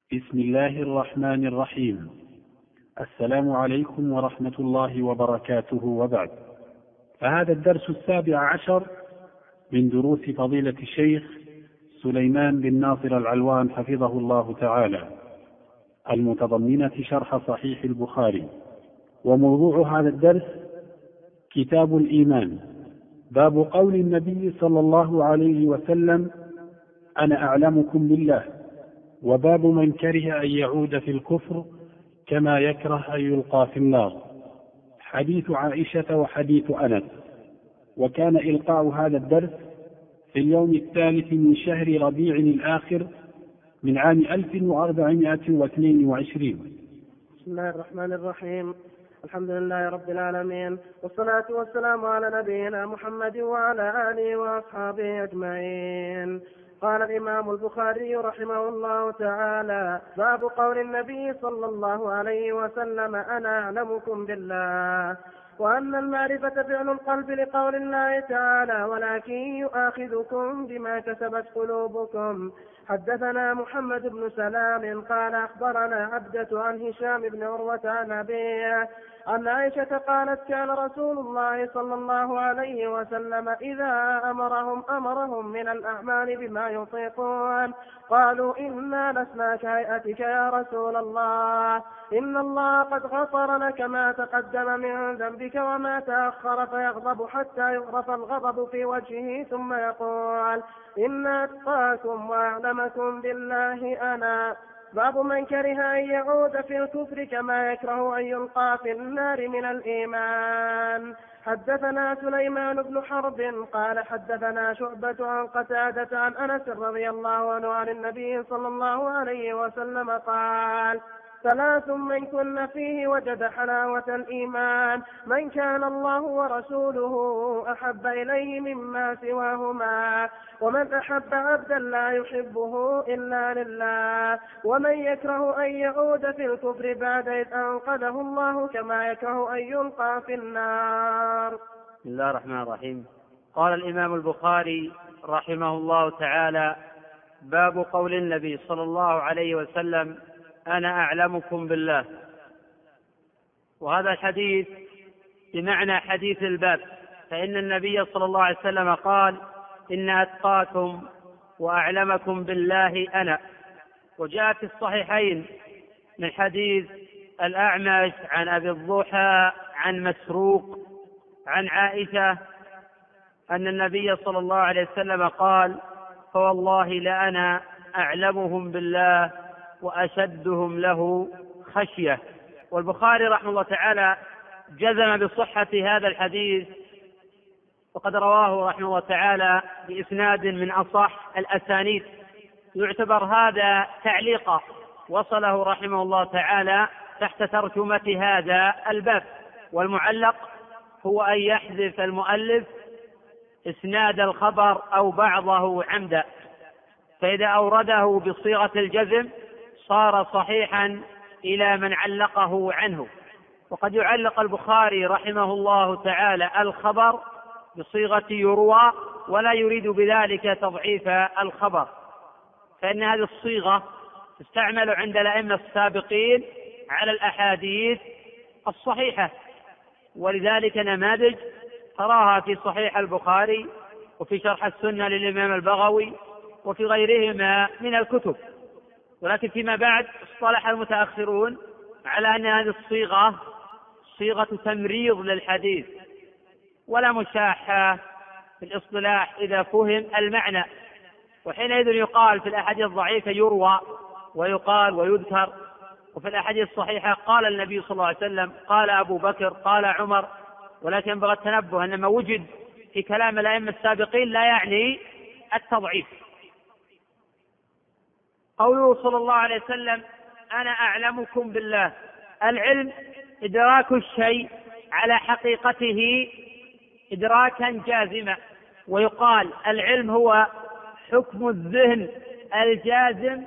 بسم الله الرحمن الرحيم. السلام عليكم ورحمة الله وبركاته، وبعد. فهذا الدرس 17 من دروس فضيلة الشيخ سليمان بن ناصر العلوان حفظه الله تعالى، المتضمنة شرح صحيح البخاري. وموضوع هذا الدرس كتاب الإيمان، باب قول النبي صلى الله عليه وسلم: أنا أعلمكم بالله. وباب من كره أن يعود في الكفر كما يكره أن يلقى في النار، حديث عائشة وحديث أنس. وكان إلقاء هذا الدرس في اليوم 3 من شهر ربيع الآخر من عام 1422. بسم الله الرحمن الرحيم. الحمد لله رب العالمين، والصلاة والسلام على نبينا محمد وعلى آله وأصحابه أجمعين. قال الإمام البخاري رحمه الله تعالى: باب قول النبي صلى الله عليه وسلم: أنا أعلمكم بالله. وأن المعرفة فعل القلب لقول الله تعالى: ولكن يؤاخذكم بما كسبت قلوبكم. حدثنا محمد بن سلام قال أخبرنا عبدة عن هشام بن عروة عن أبيه عن عائشة قالت: كان رسول الله صلى الله عليه وسلم إذا أمرهم من الأعمال بما يطيقون قالوا: إنا لسنا كهيئتك يا رسول الله، إن الله قد غفر لك ما تقدم من ذنبك وما تأخر، فيغضب حتى يغرف الغضب في وجهه ثم يقول: إن أتقاكم وأعلمكم بالله أنا. باب من كره أن يعود في الكفر كما يكره أن يلقى في النار من الإيمان. حدثنا سليمان بن حرب قال حدثنا شعبة عن قتادة عن أنس رضي الله عنه عن النبي صلى الله عليه وسلم قال: 3 من كن فيه وجد حلاوة الإيمان: من كان الله ورسوله أحب إليه مما سواهما، ومن أحب عبدا لا يحبه إلا لله، ومن يكره أن يعود في الكفر بعد إذ أنقذه الله كما يكره أن يلقى في النار. بسم الله الرحمن الرحيم. قال الإمام البخاري رحمه الله تعالى: باب قول النبي صلى الله عليه وسلم: أنا أعلمكم بالله. وهذا الحديث بمعنى حديث الباب، فإن النبي صلى الله عليه وسلم قال: إن أتقاكم وأعلمكم بالله أنا. وجاء في الصحيحين من حديث الأعمش عن أبي الضحى عن مسروق عن عائشة أن النبي صلى الله عليه وسلم قال: فوالله لأنا أعلمهم بالله وأشدهم له خشية. والبخاري رحمه الله تعالى جزم بصحة هذا الحديث، وقد رواه رحمه الله تعالى بإسناد من أصح الأسانيد. يعتبر هذا تعليقا وصله رحمه الله تعالى تحت ترجمة هذا الباب، والمعلق هو أن يحذف المؤلف إسناد الخبر أو بعضه عمدا، فإذا أورده بصيغة الجزم صار صحيحا إلى من علقه عنه. وقد يعلق البخاري رحمه الله تعالى الخبر بصيغة يروى ولا يريد بذلك تضعيف الخبر، فإن هذه الصيغة تستعمل عند الأئمة السابقين على الأحاديث الصحيحة، ولذلك نماذج تراها في صحيح البخاري وفي شرح السنة للإمام البغوي وفي غيرهما من الكتب. ولكن فيما بعد اصطلح المتأخرون على أن هذه الصيغة صيغة تمريض للحديث، ولا مشاحة في الاصطلاح إذا فهم المعنى. وحينئذ يقال في الأحاديث الضعيفة يروى، ويقال ويذكر، وفي الأحاديث الصحيحة قال النبي صلى الله عليه وسلم، قال أبو بكر، قال عمر. ولكن ينبغي التنبه أن ما وجد في كلام الأئمة السابقين لا يعني التضعيف. قوله صلى الله عليه وسلم: أنا أعلمكم بالله. العلم إدراك الشيء على حقيقته إدراكا جازما، ويقال العلم هو حكم الذهن الجازم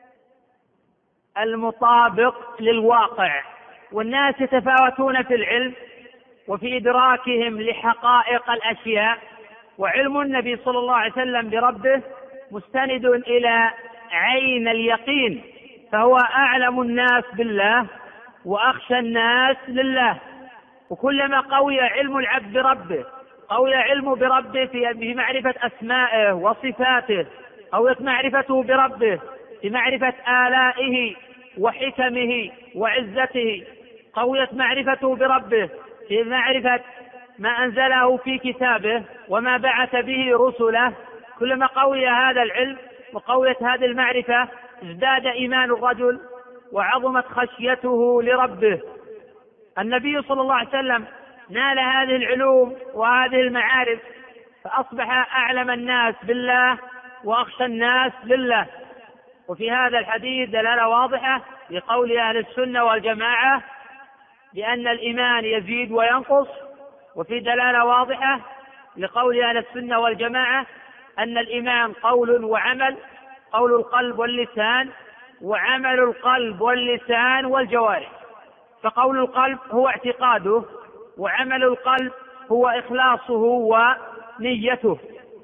المطابق للواقع. والناس يتفاوتون في العلم وفي إدراكهم لحقائق الأشياء، وعلم النبي صلى الله عليه وسلم بربه مستند إلى عين اليقين فهو أعلم الناس بالله وأخشى الناس لله. وكلما قوي علم العبد بربه، قوي علمه بربه في معرفة أسمائه وصفاته، قويت معرفته بربه في معرفة آلائه وحكمه وعزته، قويت معرفته بربه في معرفة ما أنزله في كتابه وما بعث به رسله، كلما قوي هذا العلم وقويت هذه المعرفة ازداد إيمان الرجل وعظمت خشيته لربه. النبي صلى الله عليه وسلم نال هذه العلوم وهذه المعارف فأصبح أعلم الناس بالله وأخشى الناس لله. وفي هذا الحديث دلالة واضحة لقول أهل السنة والجماعة بأن الإيمان يزيد وينقص، وفي دلالة واضحة لقول أهل السنة والجماعة أن الإيمان قول وعمل، قول القلب واللسان، وعمل القلب واللسان والجوارح. فقول القلب هو اعتقاده، وعمل القلب هو إخلاصه ونيته.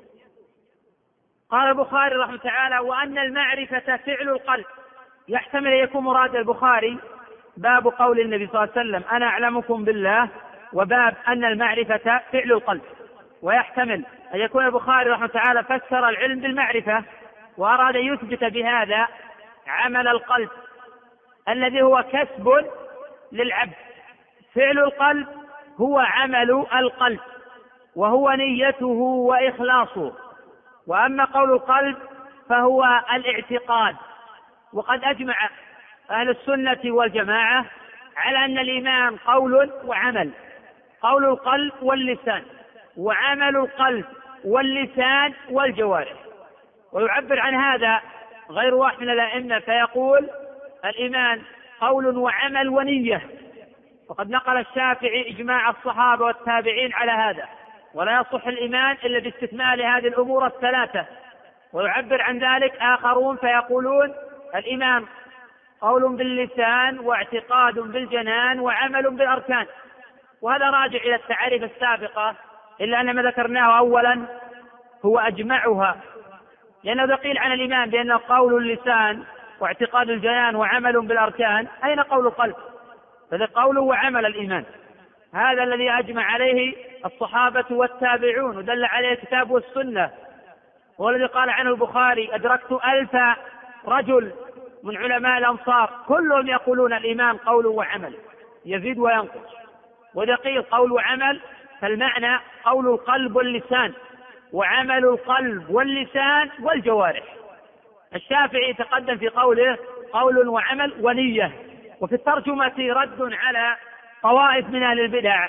قال البخاري رحمه الله تعالى: وأن المعرفة فعل القلب. يحتمل أن يكون مراد البخاري باب قول النبي صلى الله عليه وسلم: أنا أعلمكم بالله، وباب أن المعرفة فعل القلب. ويحتمل أن يكون البخاري رحمه الله تعالى فسر العلم بالمعرفة وأراد أن يثبت بهذا عمل القلب الذي هو كسب للعبد. فعل القلب هو عمل القلب وهو نيته وإخلاصه. وأما قول القلب فهو الاعتقاد. وقد أجمع أهل السنة والجماعة على أن الإيمان قول وعمل، قول القلب واللسان، وعمل القلب واللسان والجوارح. ويعبر عن هذا غير واحد من الأئمة فيقول: الإيمان قول وعمل ونية. وقد نقل الشافعي إجماع الصحابة والتابعين على هذا، ولا يصح الإيمان إلا باستكمال هذه الأمور الثلاثة. ويعبر عن ذلك آخرون فيقولون: الإيمان قول باللسان واعتقاد بالجنان وعمل بالأركان. وهذا راجع إلى التعاريف السابقة، إلا أن ما ذكرناه أولا هو أجمعها، لأنه إذا قيل عن الإيمان بأنه قول اللسان واعتقاد الجنان وعمل بالأركان، أين قول القلب؟ فذا قول وعمل الإيمان. هذا الذي أجمع عليه الصحابة والتابعون ودل عليه الكتاب والسنة، والذي قال عنه البخاري: أدركت 1000 رجل من علماء الأمصار كلهم يقولون الإيمان قول وعمل يزيد وينقص. وإذا قيل قول وعمل فالمعنى قول القلب واللسان وعمل القلب واللسان والجوارح. الشافعي تقدم في قوله قول وعمل ونية. وفي الترجمة رد على طوائف من أهل البدع،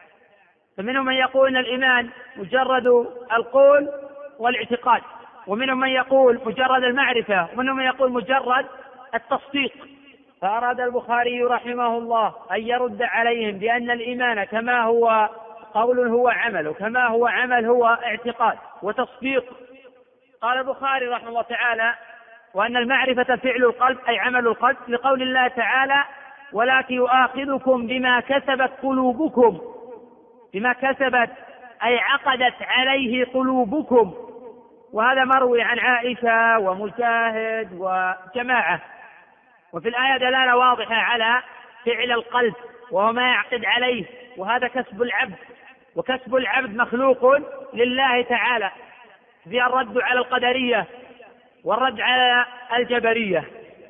فمنهم من يقول أن الإيمان مجرد القول والاعتقاد، ومنهم من يقول مجرد المعرفة، ومنهم من يقول مجرد التصديق. فأراد البخاري رحمه الله أن يرد عليهم بأن الإيمان كما هو قول هو عمل، وكما هو عمل هو اعتقاد وتصديق. قال البخاري رحمه الله تعالى: وأن المعرفة فعل القلب أي عمل القلب، لقول الله تعالى: ولكن يؤاخذكم بما كسبت قلوبكم. بما كسبت أي عقدت عليه قلوبكم. وهذا مروي عن عائشة ومجاهد وجماعة. وفي الآية دلالة واضحة على فعل القلب وهو ما يعقد عليه، وهذا كسب العبد، وكسب العبد مخلوق لله تعالى. في الرد على القدرية والرد على الجبرية.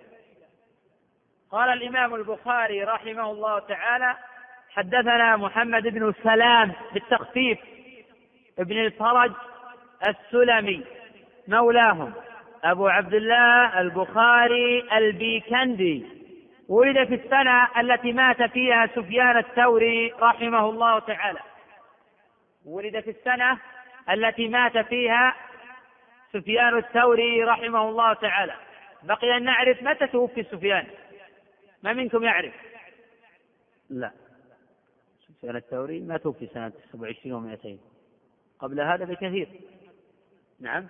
قال الإمام البخاري رحمه الله تعالى: حدثنا محمد بن سلام بالتخفيف ابن الفرج السلمي مولاهم أبو عبد الله البخاري البيكندي، ولد في السنة التي مات فيها سفيان الثوري رحمه الله تعالى. ولد في السنة التي مات فيها سفيان الثوري رحمه الله تعالى. بقي أن نعرف متى توفي سفيان. ما منكم يعرف؟ لا، سفيان الثوري ما توفي سنة 27 و200، قبل هذا بكثير. نعم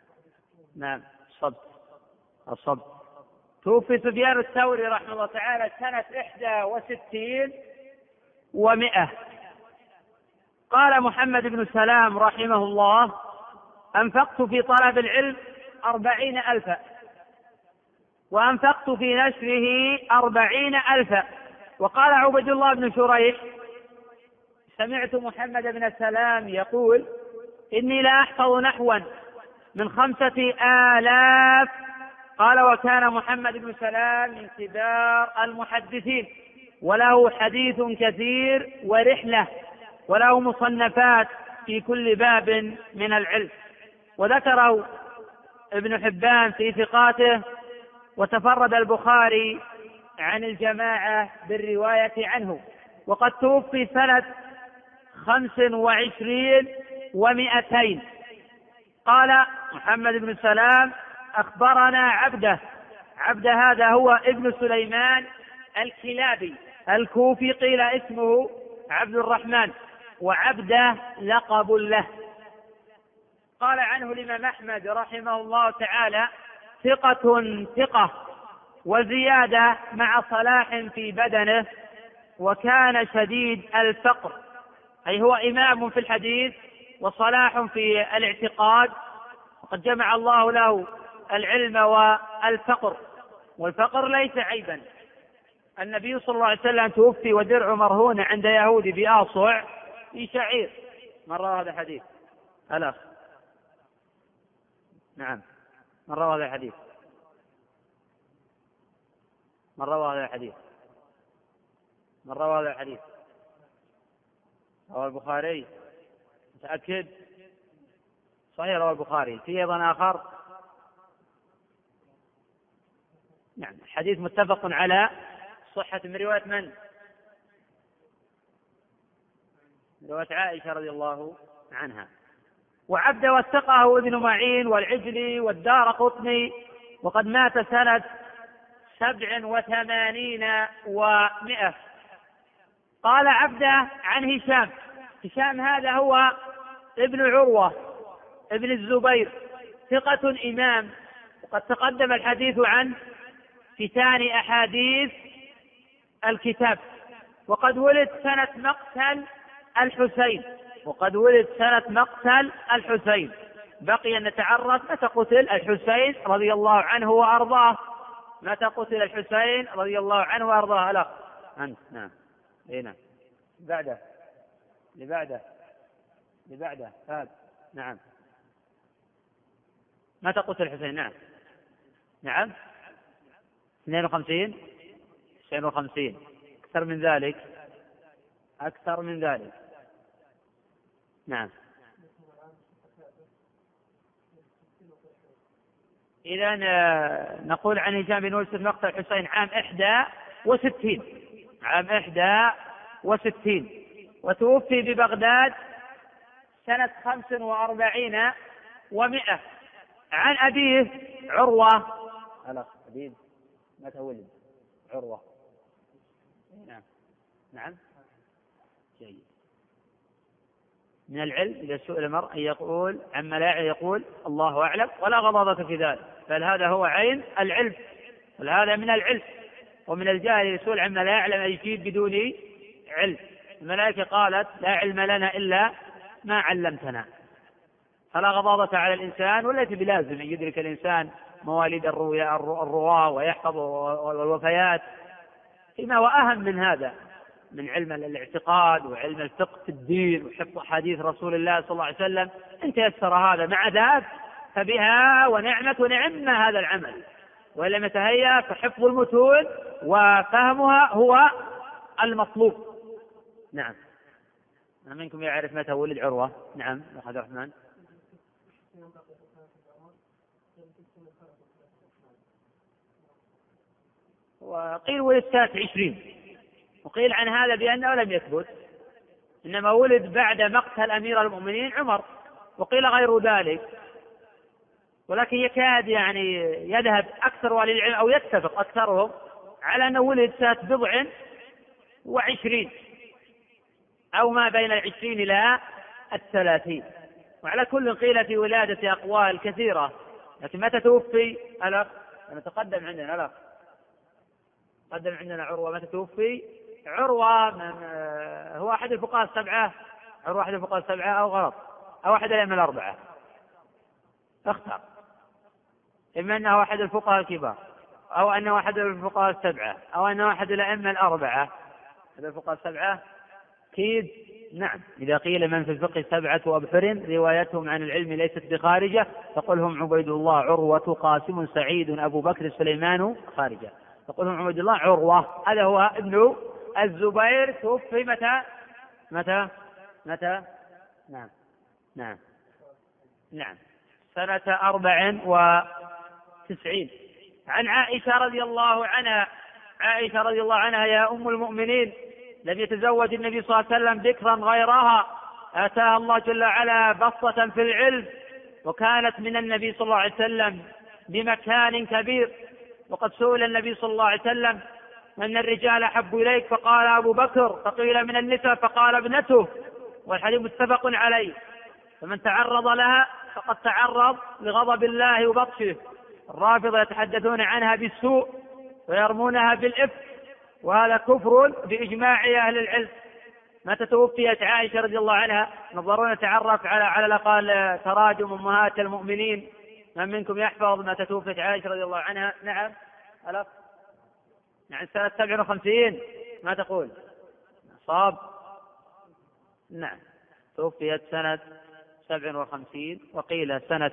الصبت. توفي سفيان الثوري رحمه الله تعالى سنة 61 و100. قال محمد بن سلام رحمه الله: أنفقت في طلب العلم 40,000. وأنفقت في نشره 40,000. وقال عبد الله بن شريح: سمعت محمد بن سلام يقول: إني لا أحفظ نحوا من 5,000. قال: وكان محمد بن سلام من كبار المحدثين، وله حديث كثير ورحلة، وله مصنفات في كل باب من العلم. وذكره ابن حبان في ثقاته. وتفرد البخاري عن الجماعة بالرواية عنه، وقد توفي سنة 25 و200. قال محمد بن سلام: أخبرنا عبده هذا هو ابن سليمان الكلابي الكوفي، قيل اسمه عبد الرحمن، وعبده لقب له. قال عنه الإمام أحمد رحمه الله تعالى: ثقة، وزيادة مع صلاح في بدنه، وكان شديد الفقر، أي هو إمام في الحديث وصلاح في الاعتقاد، وقد جمع الله له العلم والفقر، والفقر ليس عيبا. النبي صلى الله عليه وسلم توفي ودرع مرهون عند يهودي بآصع في شعير. من روى هذا الحديث؟ الأخ. نعم، من روى هذا الحديث؟ من روى هذا الحديث؟ من روى هذا الحديث؟ روى البخاري. متأكد؟ صحيح، روى البخاري. في أيضا آخر؟ نعم. الحديث متفق على صحة. من رواية من؟ من رواية عائشة رضي الله عنها. وعبد وثقه ابن معين والعجلي والدارقطني، وقد مات سنة 87 و100. قال عبده عن هشام هذا هو ابن عروة ابن الزبير، ثقة إمام، وقد تقدم الحديث عنه في ثاني أحاديث الكتاب. وقد ولد سنة مقتل الحسين. بقي أن نتعرف متى قتل الحسين رضي الله عنه وأرضاه. متى قتل الحسين رضي الله عنه وأرضاه؟ لا أنت. نعم. هنا لبعده هذا. نعم. متى قتل الحسين؟ نعم 52. أكثر من ذلك. نعم. إذا نقول عن هشام بن يوسف مقتل الحسين عام 61. وتوفي ببغداد سنة 45 و100. عن أبيه عروة. حبيب متى ولد عروة؟ نعم. جيد. من العلم إذا سئل المرء أن يقول عما لا يعلم يقول الله أعلم، ولا غضاضة في ذلك، بل هذا هو عين العلم، بل هذا من العلم. ومن الجاهل يسأل عما لا يعلم أن يجيب بدون علم. الملائكة قالت: لا علم لنا إلا ما علمتنا. فلا غضاضة على الإنسان، والتي بلازم أن يدرك الإنسان مواليد الرواة ويحفظ الوفيات، فيما هو أهم من هذا من علم الاعتقاد وعلم الفقه في الدين وحفظ حديث رسول الله صلى الله عليه وسلم. إن تيسر هذا مع ذاك فبها ونعم هذا العمل، وإن لم يتهيأ فحفظ المتون وفهمها هو المطلوب. نعم. منكم يعرف متى ولد عروة؟ نعم عبد الرحمن. وقيل ولد سنة 20، وقيل عن هذا بأنه لم يثبت، إنما ولد بعد مقتل أمير المؤمنين عمر، وقيل غير ذلك. ولكن يكاد يذهب أكثر أهل العلم أو يتفق أكثرهم على أنه ولد سنة 27 أو ما بين 20 إلى 30. وعلى كل قيل في ولادة أقوال كثيرة. لكن متى توفي الأخ؟ أنا تقدم عندنا عروة. متى توفي عروة؟ هو أحد الفقهاء السبعة. عروة أحد الفقهاء السبعة أو غلط، أو أحد الأئمة الأربعة. اختار، إما أنه أحد الفقهاء الكبار أو أنه أحد الفقهاء السبعة، أو أنه أحد الأئمة الأربعة. أحد الفقهاء السبعة أكيد نعم. إذا قيل من في الفقه 7 أبحر روايتهم عن العلم ليست بخارجة، فقل هم عبيد الله، عروة، قاسم، سعيد، أبو بكر، سليمان، خارجة. فقل هم عبيد الله، عروة هذا هو ابن الزبير، توفي متى؟ نعم سنة 94. عن عائشة رضي الله عنها يا أم المؤمنين، لم يتزوج النبي صلى الله عليه وسلم بكرا غيرها، آتاها الله جل وعلا بسطة في العلم، وكانت من النبي صلى الله عليه وسلم بمكان كبير. وقد سئل النبي صلى الله عليه وسلم من الرجال أحب إليك؟ فقال أبو بكر، فقيل من النساء؟ فقال ابنته، والحديث متفق عليه. فمن تعرض لها فقد تعرض لغضب الله وبطشه. الرافضة يتحدثون عنها بالسوء ويرمونها بالإفك، وهذا كفر بإجماع أهل العلم. متى توفيت عائشة رضي الله عنها؟ نظرون نتعرف على الأقل تراجم أمهات المؤمنين. من منكم يحفظ متى توفيت عائشة رضي الله عنها؟ نعم سنة 57. ما تقول؟ صاب. نعم توفيت سنة 57، وقيل سنة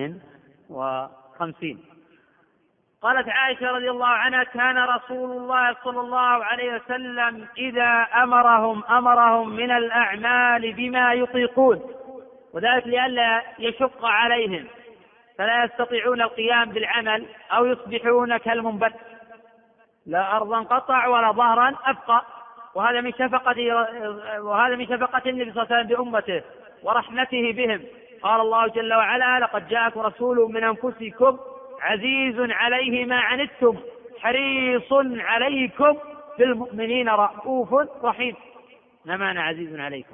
58. قالت عائشة رضي الله عنها كان رسول الله صلى الله عليه وسلم إذا أمرهم من الأعمال بما يطيقون، وذلك لئلا يشق عليهم فلا يستطيعون القيام بالعمل أو يصبحون كالمنبت، لا أرضا قطع ولا ظهرا أبقى. وهذا من شفقة النبي صلى الله عليه وسلم بأمته ورحمته بهم. قال الله جل وعلا لقد جاءكم رسول من أنفسكم عزيز عليه ما عنتم حريص عليكم بالمؤمنين رؤوف رحيم. ما معنى عزيز عليكم؟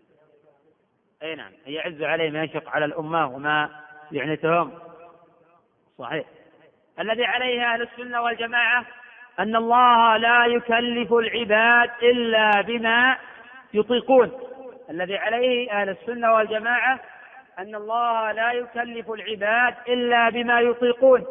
أي نعم، يعز عليه ما يشق على الأمة وما يعنتهم. صحيح. الذي عليه أهل السنة والجماعة أن الله لا يكلف العباد إلا بما يطيقون. الذي عليه أهل السنة والجماعة أن الله لا يكلف العباد إلا بما يطيقون،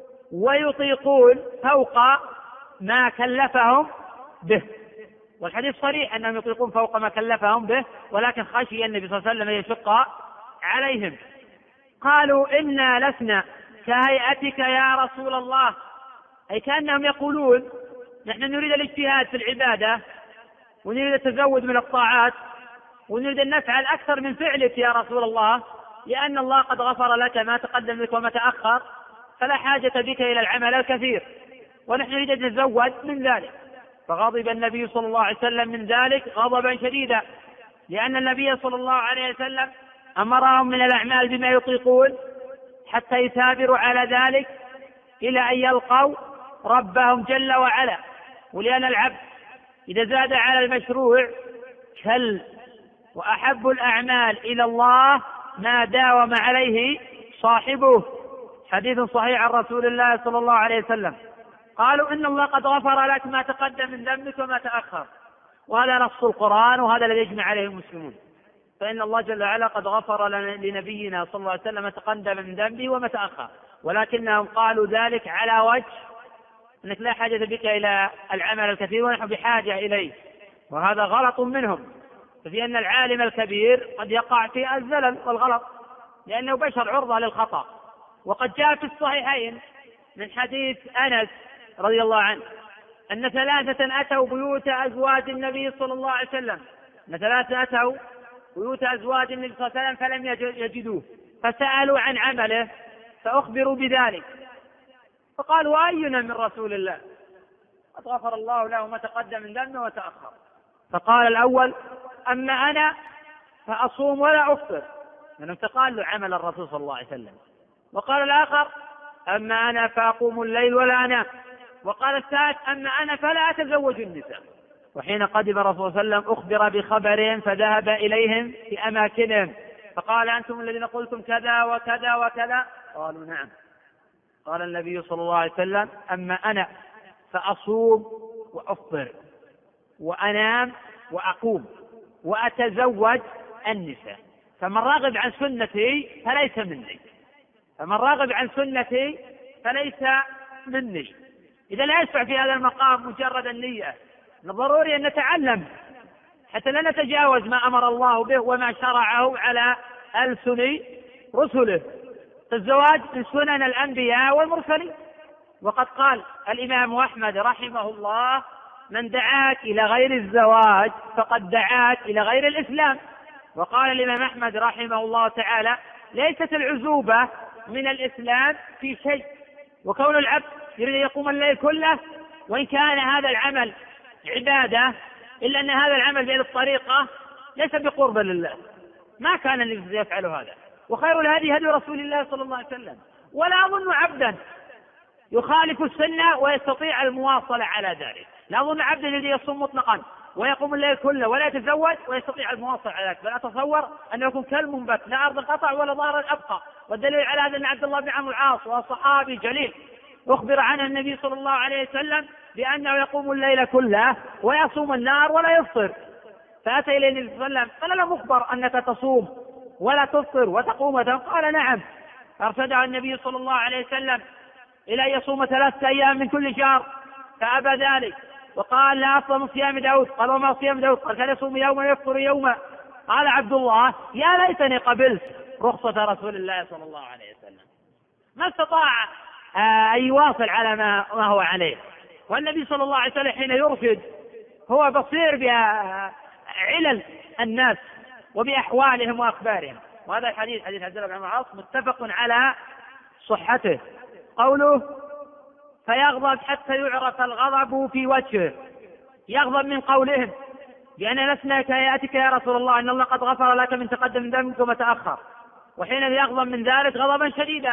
ويطيقون فوق ما كلفهم به. والحديث صريح أنهم يطيقون فوق ما كلفهم به، ولكن خشي النبي صلى الله عليه وسلم يشق عليهم. قالوا إنا لسنا كهيئتك يا رسول الله، أي كأنهم يقولون نحن نريد الاجتهاد في العبادة، ونريد التزود من الطاعات، ونريد أن نفعل أكثر من فعلك يا رسول الله، لأن الله قد غفر لك ما تقدم لك وما تأخر، فلا حاجة بك إلى العمل الكثير، ونحن نريد أن نتزود من ذلك. فغضب النبي صلى الله عليه وسلم من ذلك غضبا شديدا، لأن النبي صلى الله عليه وسلم أمرهم من الأعمال بما يطيقون حتى يثابروا على ذلك إلى أن يلقوا ربهم جل وعلا. ولأن العبد إذا زاد على المشروع كل، وأحب الأعمال إلى الله ما داوم عليه صاحبه. حديث صحيح عن رسول الله صلى الله عليه وسلم. قالوا إن الله قد غفر لك ما تقدم من ذنبك وما تأخر، وهذا نص القرآن، وهذا الذي يجمع عليه المسلمون. فإن الله جل وعلا قد غفر لنبينا صلى الله عليه وسلم ما تقدم من ذنبه وما تأخر، ولكنهم قالوا ذلك على وجه أنك لا حاجة بك إلى العمل الكثير ونحن بحاجة إليه، وهذا غلط منهم. ففي أن العالم الكبير قد يقع في الزلل والغلط، لأنه بشر عرضة للخطأ. وقد جاء في الصحيحين من حديث أنس رضي الله عنه أن 3 أتوا بيوت أزواج النبي صلى الله عليه وسلم، أن 3 أتوا بيوت أزواج النبي صلى الله عليه وسلم فلم يجدوه، فسألوا عن عمله فأخبروا بذلك، فقالوا أينا من رسول الله؟ قد غفر الله له ما تقدم من ذنبه وتأخر. فقال الأول أما أنا فأصوم ولا أفطر، من انتقال له عمل الرسول صلى الله عليه وسلم. وقال الآخر أما أنا فأقوم الليل ولا أنام. وقال الثالث أما أنا فلا أتزوج النساء. وحين قدم الرسول صلى الله عليه وسلم أخبر بخبرهم فذهب إليهم في أماكنهم فقال أنتم الذين قلتم كذا وكذا وكذا؟ قالوا نعم. قال النبي صلى الله عليه وسلم أما أنا فأصوم وأفطر وأنام وأقوم وأتزوج النساء، فمن راغب عن سنتي فليس مني، فمن راغب عن سنتي فليس مني. إذا لا يشفع في هذا المقام مجرد النية. ضروري أن نتعلم حتى لا نتجاوز ما أمر الله به وما شرعه على ألسن رسله. فالزواج من سنن الأنبياء والمرسلين. وقد قال الإمام أحمد رحمه الله: من دعاك إلى غير الزواج فقد دعاك إلى غير الإسلام. وقال الإمام أحمد رحمه الله تعالى: ليست العزوبة من الإسلام في شيء. وكون العبد يريد يقوم الليل كله وإن كان هذا العمل عبادة، إلا أن هذا العمل بهذه الطريقة ليس بقرب لله. ما كان النبي يفعل هذا. وخير الهدي هدي رسول الله صلى الله عليه وسلم. ولا أظن عبدا يخالف السنة ويستطيع المواصلة على ذلك. لا أظن عبدا الذي يصوم مطلقا ويقوم الليل كله ولا يتزوج ويستطيع المواصلة على ذلك، بل أتصور أنه يكون كالمنبت لا أرض قطع ولا ظهر أبقى. والدليل على هذا أن عبد الله بن عمرو العاص وهو صحابي جليل أخبر عنه النبي صلى الله عليه وسلم بأنه يقوم الليل كله ويصوم النهار ولا يفطر. فأتى إليه النبي صلى الله عليه وسلم قال: له مخبر أنك تصوم ولا تفطر وتقوم وتنام؟ قال: نعم. فأرشده النبي صلى الله عليه وسلم إلى أن يصوم 3 أيام من كل شهر، فأبى ذلك وقال: لا أفضل من صيام داود. قال: وما صيام داود؟ قال: كان يصوم يوما ويفطر يوما. قال عبد الله: يا ليتني قبلت رخصة رسول الله صلى الله عليه وسلم. ما استطاع أن يواصل على ما هو عليه. والنبي صلى الله عليه وسلم حين يرشد هو بصير بعلل الناس وبأحوالهم وأخبارهم. وهذا الحديث حديث عبد الله بن عمرو العاص متفق على صحته. قوله: فيغضب حتى يعرف الغضب في وجهه. يغضب من قولهم بأن لسنا كهيئتك يا رسول الله، إن الله قد غفر لك من تقدم ذنبك وما تأخر. وحين يغضب من ذلك غضبا شديدا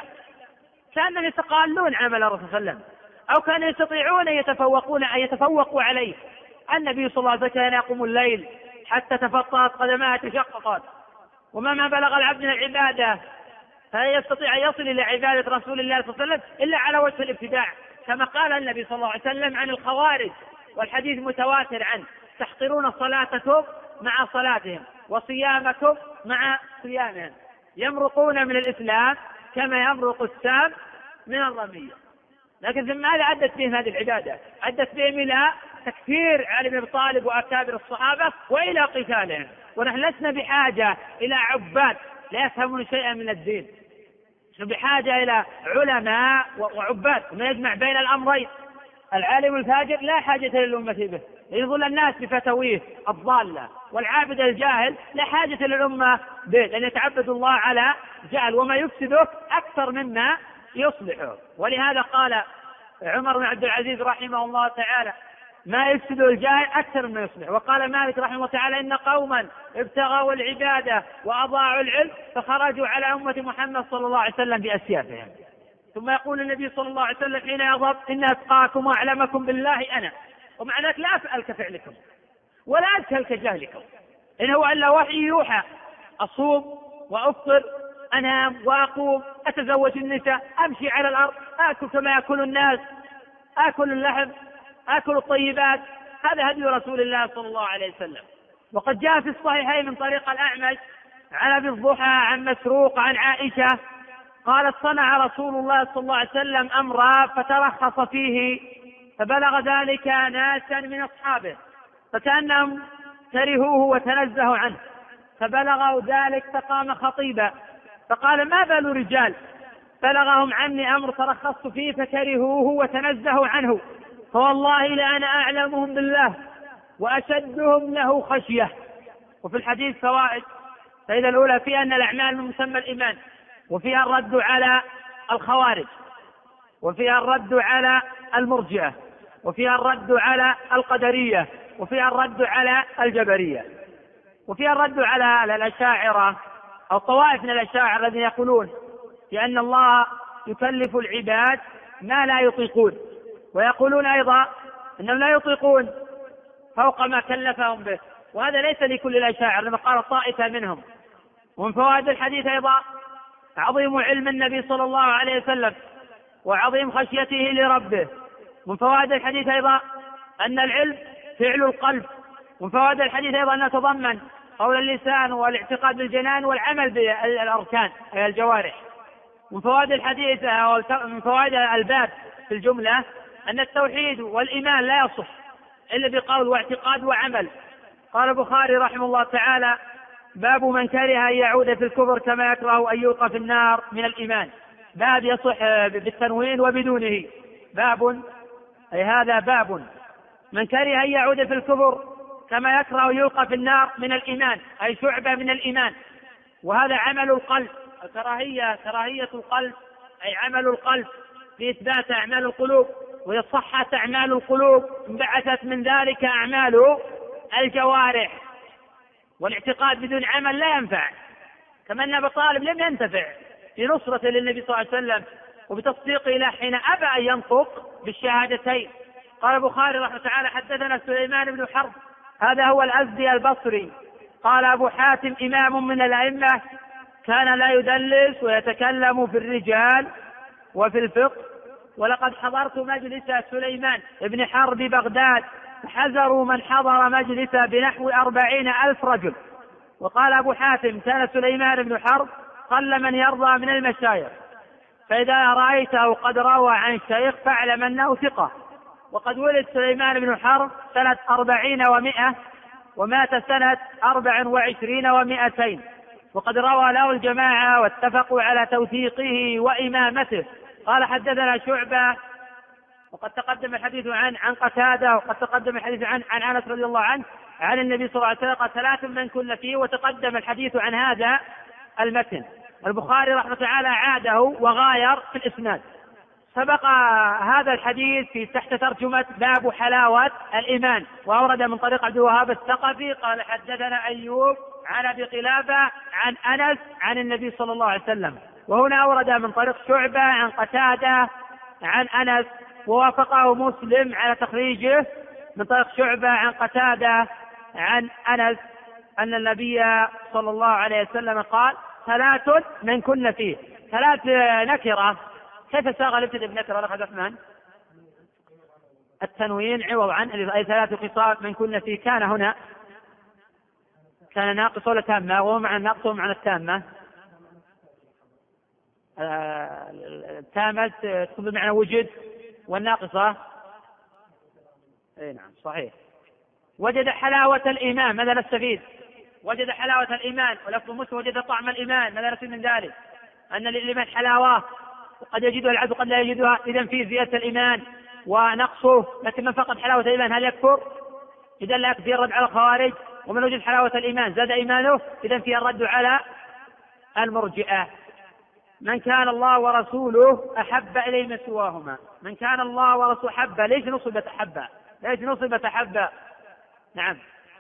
كأنهم يتقالون عمل الرسول صلى الله عليه وسلم، أو كانوا يستطيعون أن يتفوقوا عليه. النبي صلى الله عليه وسلم كان يقوم الليل حتى تفطرت قدماه تشققت. وما بلغ العبد من العبادة فلا يستطيع أن يصل إلى عبادة رسول الله صلى الله عليه وسلم إلا على وجه الابتداع، كما قال النبي صلى الله عليه وسلم عن الخوارج والحديث متواتر عنه: تحقرون صلاتكم مع صلاتهم وصيامكم مع صيامهم، يمرقون من الإسلام كما يمرق السام من الرمية. لكن ثم ماذا أدت بهم هذه العبادة؟ أدت بهم إلى تكفير علي بن أبي طالب وأكابر الصحابة وإلى قتالهم. ونحن لسنا بحاجة إلى عباد لا يفهمون شيئا من الدين، نحن بحاجة إلى علماء وعباد ما يجمع بين الأمرين. العالم الفاجر لا حاجة للأمة به، يضل الناس بفتاويه الضالة، والعابد الجاهل لا حاجة للأمة به، لأن يتعبد الله على جهل وما يفسده أكثر مما يصلحه. ولهذا قال عمر بن عبد العزيز رحمه الله تعالى: ما يفسد الجاهل أكثر مما يصلح. وقال مالك رحمه الله تعالى: إن قوما ابتغوا العبادة وأضاعوا العلم فخرجوا على أمة محمد صلى الله عليه وسلم بأسيافهم. ثم يقول النبي صلى الله عليه وسلم حين يغضب: إن أتقاكم وأعلمكم بالله أنا. ومع ذلك لا أفعل كفعلكم ولا أجهل كجهلكم، إن هو إلا وحي يوحى. أصوم وأفطر، أنام وأقوم، أتزوج النساء، أمشي على الأرض، آكل كما يأكل الناس، آكل اللحم، آكل الطيبات. هذا هدي رسول الله صلى الله عليه وسلم. وقد جاء في الصحيحين من طريق الأعمش عن أبي الضحى عن مسروق عن عائشة قالت: صنع رسول الله صلى الله عليه وسلم أمرا فترخص فيه، فبلغ ذلك ناسا من أصحابه فكأنهم كرهوه وتنزهوا عنه، فبلغوا ذلك فقام خطيبا فقال: ما بال رجال بلغهم عني أمر ترخصت فيه فكرهوه وتنزهوا عنه، فوالله لأنا أعلمهم بالله وأشدهم له خشية. وفي الحديث فوائد. فإذا الأولى فيها أن الأعمال من مسمى الإيمان، وفيها الرد على الخوارج، وفيها الرد على المرجئة، وفيها الرد على القدرية، وفيها الرد على الجبرية، وفيها الرد على الأشاعرة أو طوائف من الأشاعرة الذين يقولون بأن الله يكلف العباد ما لا يطيقون، ويقولون أيضا أنهم لا يطيقون فوق ما كلفهم به، وهذا ليس لكل الأشاعرة لما قال طائفة منهم. ومن فوائد الحديث أيضا عظيم علم النبي صلى الله عليه وسلم وعظيم خشيته لربه. من فوائد الحديث أيضا أن العلم فعل القلب. ومن فوائد الحديث أيضا أن يتضمن قول اللسان والاعتقاد بالجنان والعمل بالأركان أي الجوارح. من فوائد الحديث من فوائد الباب في الجملة أن التوحيد والإيمان لا يصح إلا بقول واعتقاد وعمل. قال البخاري رحمه الله تعالى: باب من كره أن يعود في الكفر كما يكره أن يلقى في النار من الإيمان. باب يصح بالتنوين وبدونه، باب أي هذا باب من كره أن يعود في الكفر كما يكره أن يلقى في النار من الإيمان، أي شعبة من الإيمان. وهذا عمل القلب، كراهية القلب أي عمل القلب في إثبات أعمال القلوب، وإذا صحت أعمال القلوب انبعثت من ذلك أعمال الجوارح. والاعتقاد بدون عمل لا ينفع، كما أن أبا طالب لم ينتفع في نصرته للنبي صلى الله عليه وسلم وبتصديقه له حين أبى أن ينطق بالشهادتين. قال البخاري رحمه الله تعالى: حدثنا سليمان بن حرب، هذا هو الأزدي البصري. قال أبو حاتم: إمام من الأئمة، كان لا يدلس ويتكلم في الرجال وفي الفقه. ولقد حضرت مجلس سليمان بن حرب بغداد، حذروا من حضر مجلسه بنحو 40,000 رجل. وقال أبو حاتم: كان سليمان بن حرب قل من يرضى من المشايخ، فإذا رأيته قد روى عن شيخ فاعلم أنه ثقة. وقد ولد سليمان بن حرب سنة 40 و100، ومات سنة 24 و200. وقد روى له الجماعة واتفقوا على توثيقه وإمامته. قال: حدثنا شعبة، وقد تقدم الحديث عن قتادة، وقد تقدم الحديث عن أنس رضي الله عنه عن النبي صلى الله عليه وسلم: قال: 3 من كن فيه. وتقدم الحديث عن هذا المتن. البخاري رحمه الله تعالى عاده وغاير في الإسناد. سبق هذا الحديث في تحت ترجمة باب حلاوة الإيمان، وأورد من طريق عبد الوهاب الثقفي قال: حدثنا أيوب عن أبي قلابة عن أنس عن النبي صلى الله عليه وسلم. وهنا أورد من طريق شعبة عن قتادة عن أنس، ووافقه مسلم على تخريجه من طريق شعبة عن قتادة عن أنس أن النبي صلى الله عليه وسلم قال: 3 من كن فيه. 3 نكرة، كيف ساغ الابتداء بنكرة يا عبد الرحمن؟ التنوين عوض عن أي 3 خصال من كن فيه. كان هنا كان ناقص ولا تامة؟ وهو مع الناقص ومعنى التامة. التامة تكون بمعنى وجد، والناقصة نعم صحيح. وجد حلاوة الإيمان، ماذا نستفيد؟ وجد حلاوة الإيمان. ولفظ مسلم: وجد طعم الإيمان، ماذا نستفيد من ذلك؟ أن للإيمان حلاوة وقد يجدها العبد وقد لا يجدها، إذن فيه زيادة الإيمان ونقصه. لكن من فقد حلاوة الإيمان هل يكفر؟ إذن لا يكفي الرد على الخوارج. ومن وجد حلاوة الإيمان زاد إيمانه، إذن فيه الرد على المرجئة. من كان الله ورسوله أحب إليه من سواهما. من كان الله ورسوله أحب، ليش نصبت أحب؟ ليش نصبت أحب؟ نعم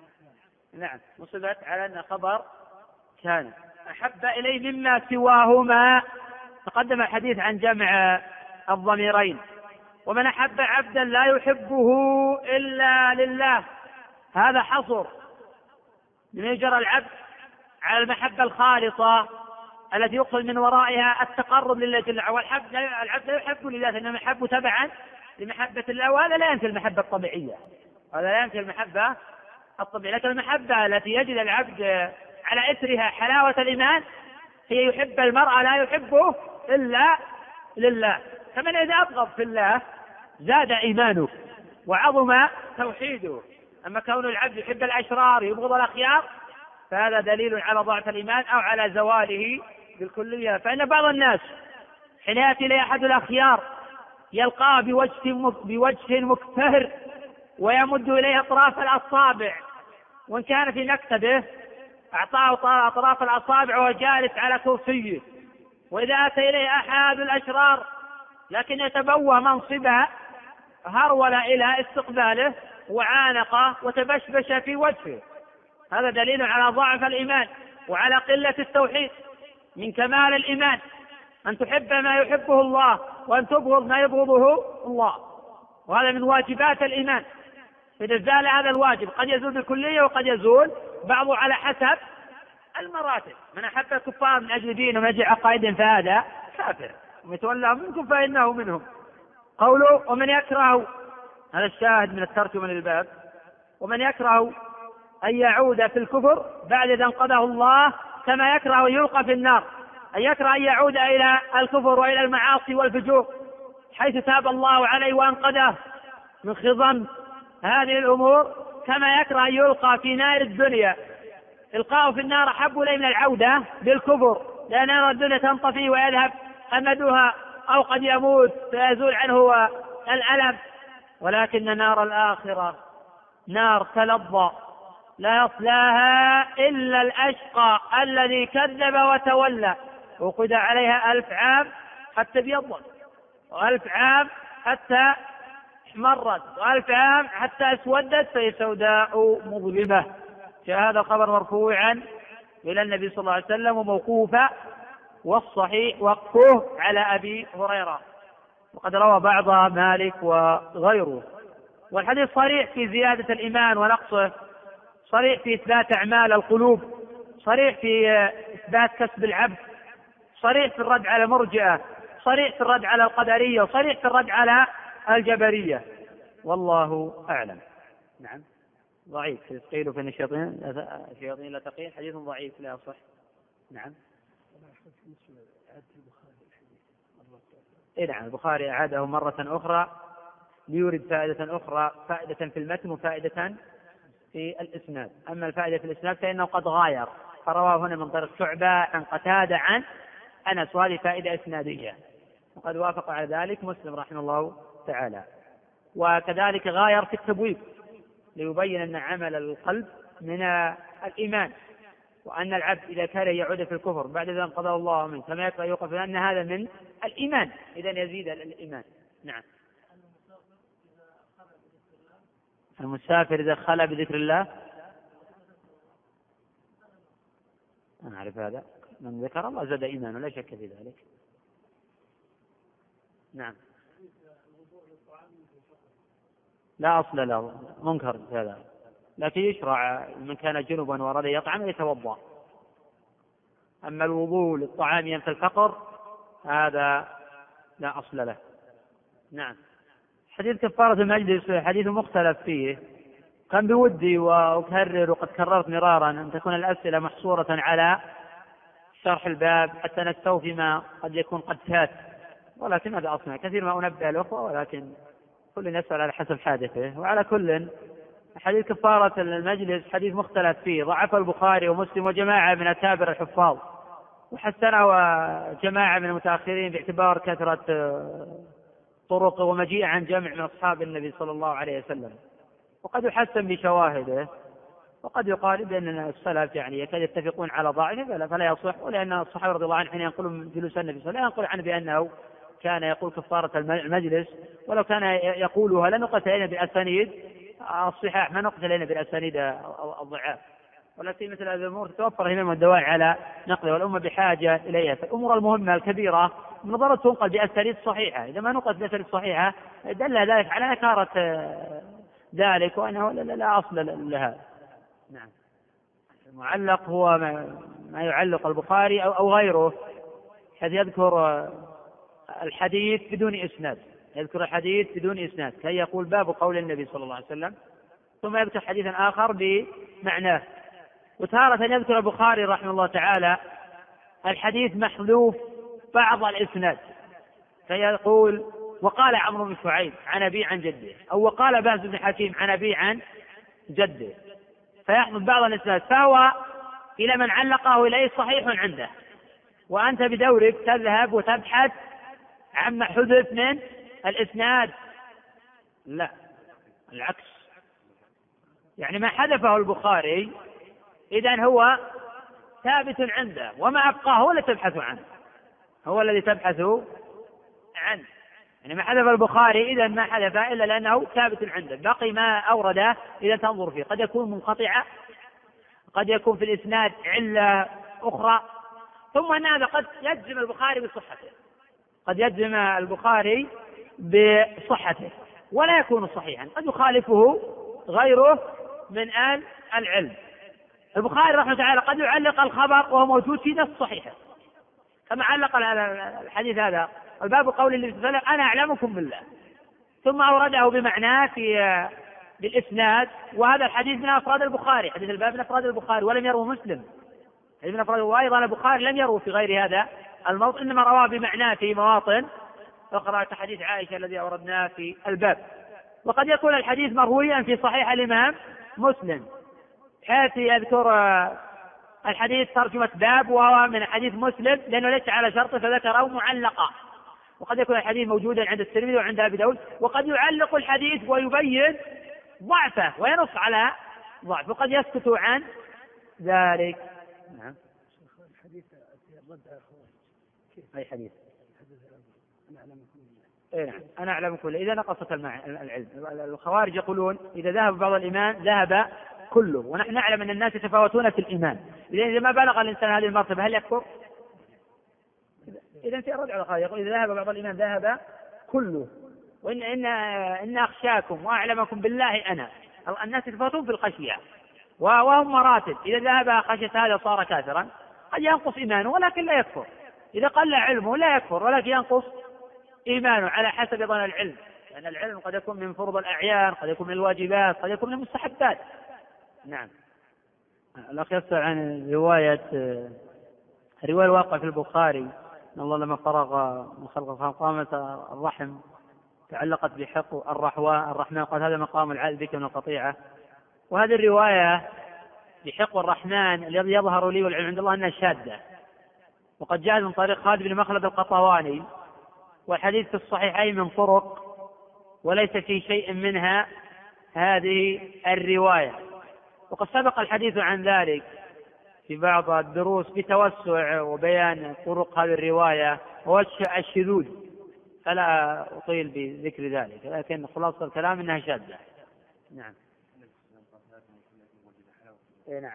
نصبت على أن خبر كان أحب إليه مما سواهما. تقدم الحديث عن جمع الضميرين. ومن أحب عبدا لا يحبه إلا لله، هذا حصر من يجرى العبد على المحبة الخالصة التي يقصد من ورائها التقرب لله جل وعلا. العبد لا يحب لله، إنما يحب تبعا لمحبة الله، وهذا لا ينفي المحبة الطبيعية، هذا لا ينفي المحبة الطبيعية. لكن المحبة التي يجد العبد على إثرها حلاوة الإيمان هي يحب المرء لا يحبه إلا لله. كمن إذا أبغض في الله زاد إيمانه وعظم توحيده. أما كون العبد يحب الأشرار يبغض الأخيار فهذا دليل على ضعف الإيمان أو على زواله بالكلية. فإن بعض الناس حين يأتي إليه أحد الأخيار يلقاه بوجه مكتهر ويمد إليه أطراف الأصابع، وإن كان في مكتبه أعطاه أطراف الأصابع وهو جالس على كرسيه. وإذا أتى إليه أحد الأشرار لكن يتبوه منصبه هرول إلى استقباله وعانقه وتبشبش في وجهه. هذا دليل على ضعف الإيمان وعلى قلة التوحيد. من كمال الإيمان أن تحب ما يحبه الله وأن تبغض ما يبغضه الله، وهذا من واجبات الإيمان. إذا زال هذا الواجب قد يزول بالكلية وقد يزول بعضه على حسب المراتب. من أحب الكفار من أجل دينه ومن أجل عقائدهم فهذا كافر، ومن يتولى منكم فإنه منهم. قوله ومن يكره، هذا الشاهد من الترجمة للباب، ومن يكره أن يعود في الكفر بعد إذا انقذه الله كما يكره أن يلقى في النار، أن يكره أن يعود إلى الكفر وإلى المعاصي والفجور حيث تاب الله عليه وأنقذه من خضم هذه الأمور، كما يكره أن يلقى في نار الدنيا. إلقاؤه في النار أحب إليه من العودة بالكفر، لأن نار الدنيا تنطفي ويذهب أمدها، أو قد يموت فيزول عنه الألم. ولكن نار الآخرة نار تلظى لا يصلاها إلا الأشقى الذي كذب وتولى، وقد عليها 1000 عام حتى ابيضت، و1000 عام حتى احمرت، و1000 عام حتى اسودت، فهي سوداء مظلمة. جاء هذا الخبر مرفوعا إلى النبي صلى الله عليه وسلم وموقوفا، والصحيح وقفه على أبي هريرة، وقد روى بعضها مالك وغيره. والحديث صريح في زيادة الإيمان ونقصه، صريح في إثبات أعمال القلوب، صريح في إثبات كسب العبد، صريح في الرد على المرجئة، صريح في الرد على القدرية، وصريح في الرد على الجبرية، والله أعلم. نعم. ضعيف قيل فإن الشياطين لا تقين، حديث ضعيف لا يصح. نعم. نعم، البخاري أعاده مرة أخرى ليورد فائدة أخرى، فائدة في المتن وفائدة في الإسناد. أما الفائدة في الإسناد فإنه قد غاير، فرواه هنا من طريق شعبة عن قتادة عن أنس، وهذه فائدة إسنادية، وقد وافق على ذلك مسلم رحمه الله تعالى. وكذلك غاير في التبويب ليبين أن عمل القلب من الإيمان، وأن العبد إذا كان يعود في الكفر بعد ذلك قضى الله منه كما يقرأ يوقف، أن هذا من الإيمان، إذن يزيد الإيمان. نعم. المسافر إذا خلى بذكر الله، أنا أعرف هذا، من ذكر الله زاد إيمانه لا شك في ذلك. نعم. لا أصل له، منكر هذا، لكن يشرع من كان جنبا وأراد يطعم يتوضأ. أما الوضوء للطعام ينفي الفقر هذا لا أصل له. نعم. حديث كفارة المجلس حديث مختلف فيه، كان بودي وأكرر وقد كررت مرارا أن تكون الأسئلة محصورة على شرح الباب حتى نستوفي ما قد يكون قد فات، ولكن هذا أصلا كثير ما أنبه الأخوة، ولكن كل يسأل على حسب حادثه. وعلى كل، حديث كفارة المجلس حديث مختلف فيه، ضعف البخاري ومسلم وجماعة من أكابر الحفاظ، وحسنه جماعة من المتأخرين باعتبار كثرة طرق ومجيء عن جمع من أصحاب النبي صلى الله عليه وسلم، وقد يحسن بشواهده، وقد يقال بأن السلف يعني يكاد يتفقون على ضعفه فلا يصح، ولأن الصحابة رضي الله عنهم حين ينقلون من جلوس النبي صلى الله عليه وسلم ينقل عنه بأنه كان يقول كفارة المجلس، ولو كان يقولها لنقلت إلينا بأسانيد الصحاح، ما نقلت إلينا بالأسانيد الضعاف، ولكن مثل هذه الأمور تتوفر همم والدواعي على نقله، والأمة بحاجة إليها. فالأمور المهمة الكبيرة من ضرورة تنقل بأسانيد صحيحة، إذا ما نقلت بأسانيد صحيحة دل ذلك على نكارة ذلك وأنه لا أصل لها. نعم. المعلق هو ما يعلق البخاري أو غيره، حيث يذكر الحديث بدون إسناد، يذكر الحديث بدون إسناد، كي يقول باب قول النبي صلى الله عليه وسلم، ثم يذكر حديثا آخر بمعناه. وتارة يذكر البخاري رحمه الله تعالى الحديث محذوف بعض الإسناد، فيقول وقال عمرو بن شعيب عن أبي عن جده، أو وقال باز بن حكيم عن أبي عن جده، فيحذف بعض الإسناد، فهو إلى من علقه إليه صحيح عنده، وأنت بدورك تذهب وتبحث عما حذف من الإسناد. لا، العكس، يعني ما حذفه البخاري إذن هو ثابت عنده، وما أبقاه هو الذي تبحث عنه، هو الذي تبحث عنه. يعني ما حذف البخاري إذن ما حذف إلا لأنه ثابت عنده، بقي ما أورده إذا تنظر فيه، قد يكون منقطعة، قد يكون في الإسناد علة أخرى، ثم أن هذا قد يجزم البخاري بصحته، قد يجزم البخاري بصحته ولا يكون صحيحا، قد يخالفه غيره من أهل العلم. البخاري رحمه الله تعالى قد يعلق الخبر وهو موجود في نص صحيحه، كما علق الحديث هذا الباب قول النبي صلى الله عليه وسلم أنا أعلمكم بالله، ثم أورده بمعناه بالإسناد، وهذا الحديث من أفراد البخاري، حديث الباب من أفراد البخاري ولم يروه مسلم، وأيضا البخاري لم يروه في غير هذا الموضع، إنما رواه بمعناه في مواطن أخرى كحديث عائشة الذي أوردناه في الباب. وقد يكون الحديث مرويا في صحيح الإمام مسلم، حيث يذكر الحديث ترجمة باب وهو من حديث مسلم لأنه ليس على شرطه فذكره معلقا. وقد يكون الحديث موجودا عند الترمذي وعند أبي داود، وقد يعلق الحديث ويبين ضعفه وينص على ضعف، وقد يسكت عن ذلك. نعم. أي حديث؟ أنا أعلم كله إذا نقصت العلم. الخوارج يقولون إذا ذهب بعض الإيمان ذهب كله، ونحن نعلم أن الناس يتفاوتون في الإيمان. إذا ما بلغ الإنسان هذه المرتبة هل يكفر؟ إذا سيرجع على الخوارج يقول إذا ذهب بعض الإيمان ذهب كله. وإن أخشاكم وأعلمكم بالله أنا. الناس يتفاوتون في الخشية وهم مراتب. إذا ذهب خشية هذا صار كافرا، قد ينقص إيمانه ولكن لا يكفر. إذا قل علمه لا يكفر ولكن ينقص إيمانه على حسب ظن العلم، لأن العلم قد يكون من فرض الأعيان، قد يكون من الواجبات، قد يكون من المستحبات. نعم. الأخ يسأل عن رواية الواقع في البخاري أن الله لما فرغ من خلق قامت الرحم تعلقت بحق الرحمن قال هذا مقام العائد بك من القطيعة. وهذه الرواية بحق الرحمن الذي يظهر لي والعلم عند الله أنها شاذة، وقد جاء من طريق خالد بن مخلد القطواني، والحديث في الصحيحين من طرق وليس في شيء منها هذه الرواية. وقد سبق الحديث عن ذلك في بعض الدروس بتوسع وبيان طرق هذه الرواية ووجه الشذوذ، فلا أطيل بذكر ذلك، لكن خلاصة الكلام أنها شاذة. نعم. نعم.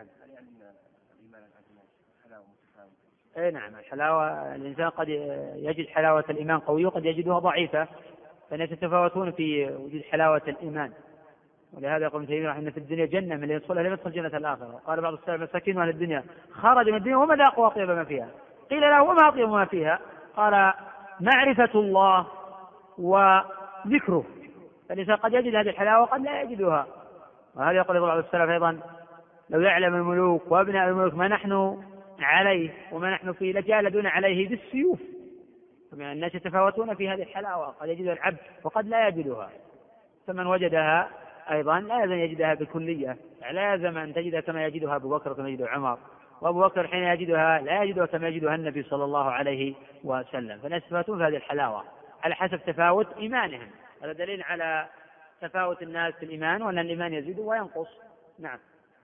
نعم. الحلاوة الإنسان قد يجد حلاوة الإيمان قوية وقد يجدها ضعيفة، فالناس يتفاوتون في وجود حلاوة الإيمان. ولهذا يقول ابن تيمية إن في الدنيا جنة من يدخلها لم يدخل جنة الآخرة. قال بعض السلف مساكين أهل الدنيا خرج من الدنيا وما ذاقوا أطيب ما فيها. قيل له وما أطيب ما فيها؟ قال معرفة الله وذكره. فالإنسان قد يجد هذه الحلاوة وقد لا يجدها. وهذا يقول بعض السلف أيضا لو يعلم الملوك وابناء الملوك ما نحن عليه وما نحن فيه لجالدون عليه بالسيوف. الناس يتفاوتون في هذه الحلاوة، قد يجدها العبد وقد لا يجدها. فمن وجدها أيضا لا يلزم يجدها بالكلية، لا يلزم أن تجدها كما يجدها أبو بكر كما يجدها عمر، وأبو بكر حين يجدها لا يجدها كما يجدها النبي صلى الله عليه وسلم. فالناس يتفاوتون في هذه الحلاوة على حسب تفاوت إيمانهم. هذا دليل على تفاوت الناس في الإيمان وأن الإيمان يزيد وينقص. نعم.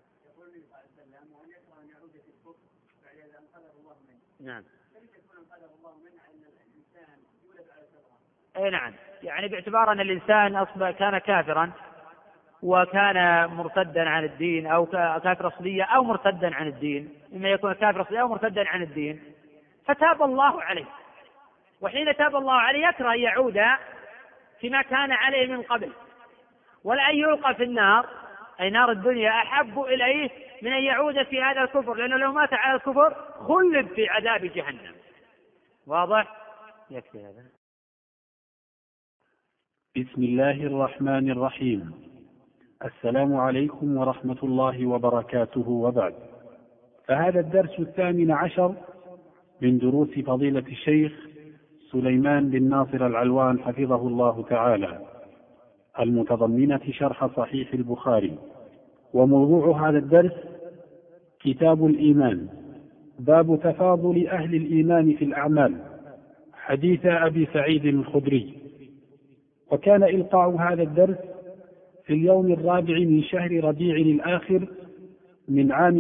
نعم. أي نعم. يعني باعتبار أن الإنسان أصبح كان كافرا وكان مرتدا عن الدين أو كافر أصلية أو مرتدا عن الدين، إما يكون كافر أصلية أو مرتدا عن الدين، فتاب الله عليه، وحين تاب الله عليه يكره أن يعود فيما كان عليه من قبل، ولأن يلقى في النار أي نار الدنيا أحب إليه من أن يعود في هذا الكفر، لأنه لو مات على الكفر خلد في عذاب جهنم. واضح؟ يكفي هذا. بسم الله الرحمن الرحيم. السلام عليكم ورحمة الله وبركاته، وبعد. فهذا الدرس 18 من دروس فضيلة الشيخ سليمان بن ناصر العلوان حفظه الله تعالى، المتضمنة شرح صحيح البخاري. وموضوع هذا الدرس كتاب الإيمان، باب تفاضل أهل الإيمان في الأعمال، حديث أبي سعيد الخدري. وكان إلقاء هذا الدرس في اليوم 4 من شهر ربيع الآخر من عام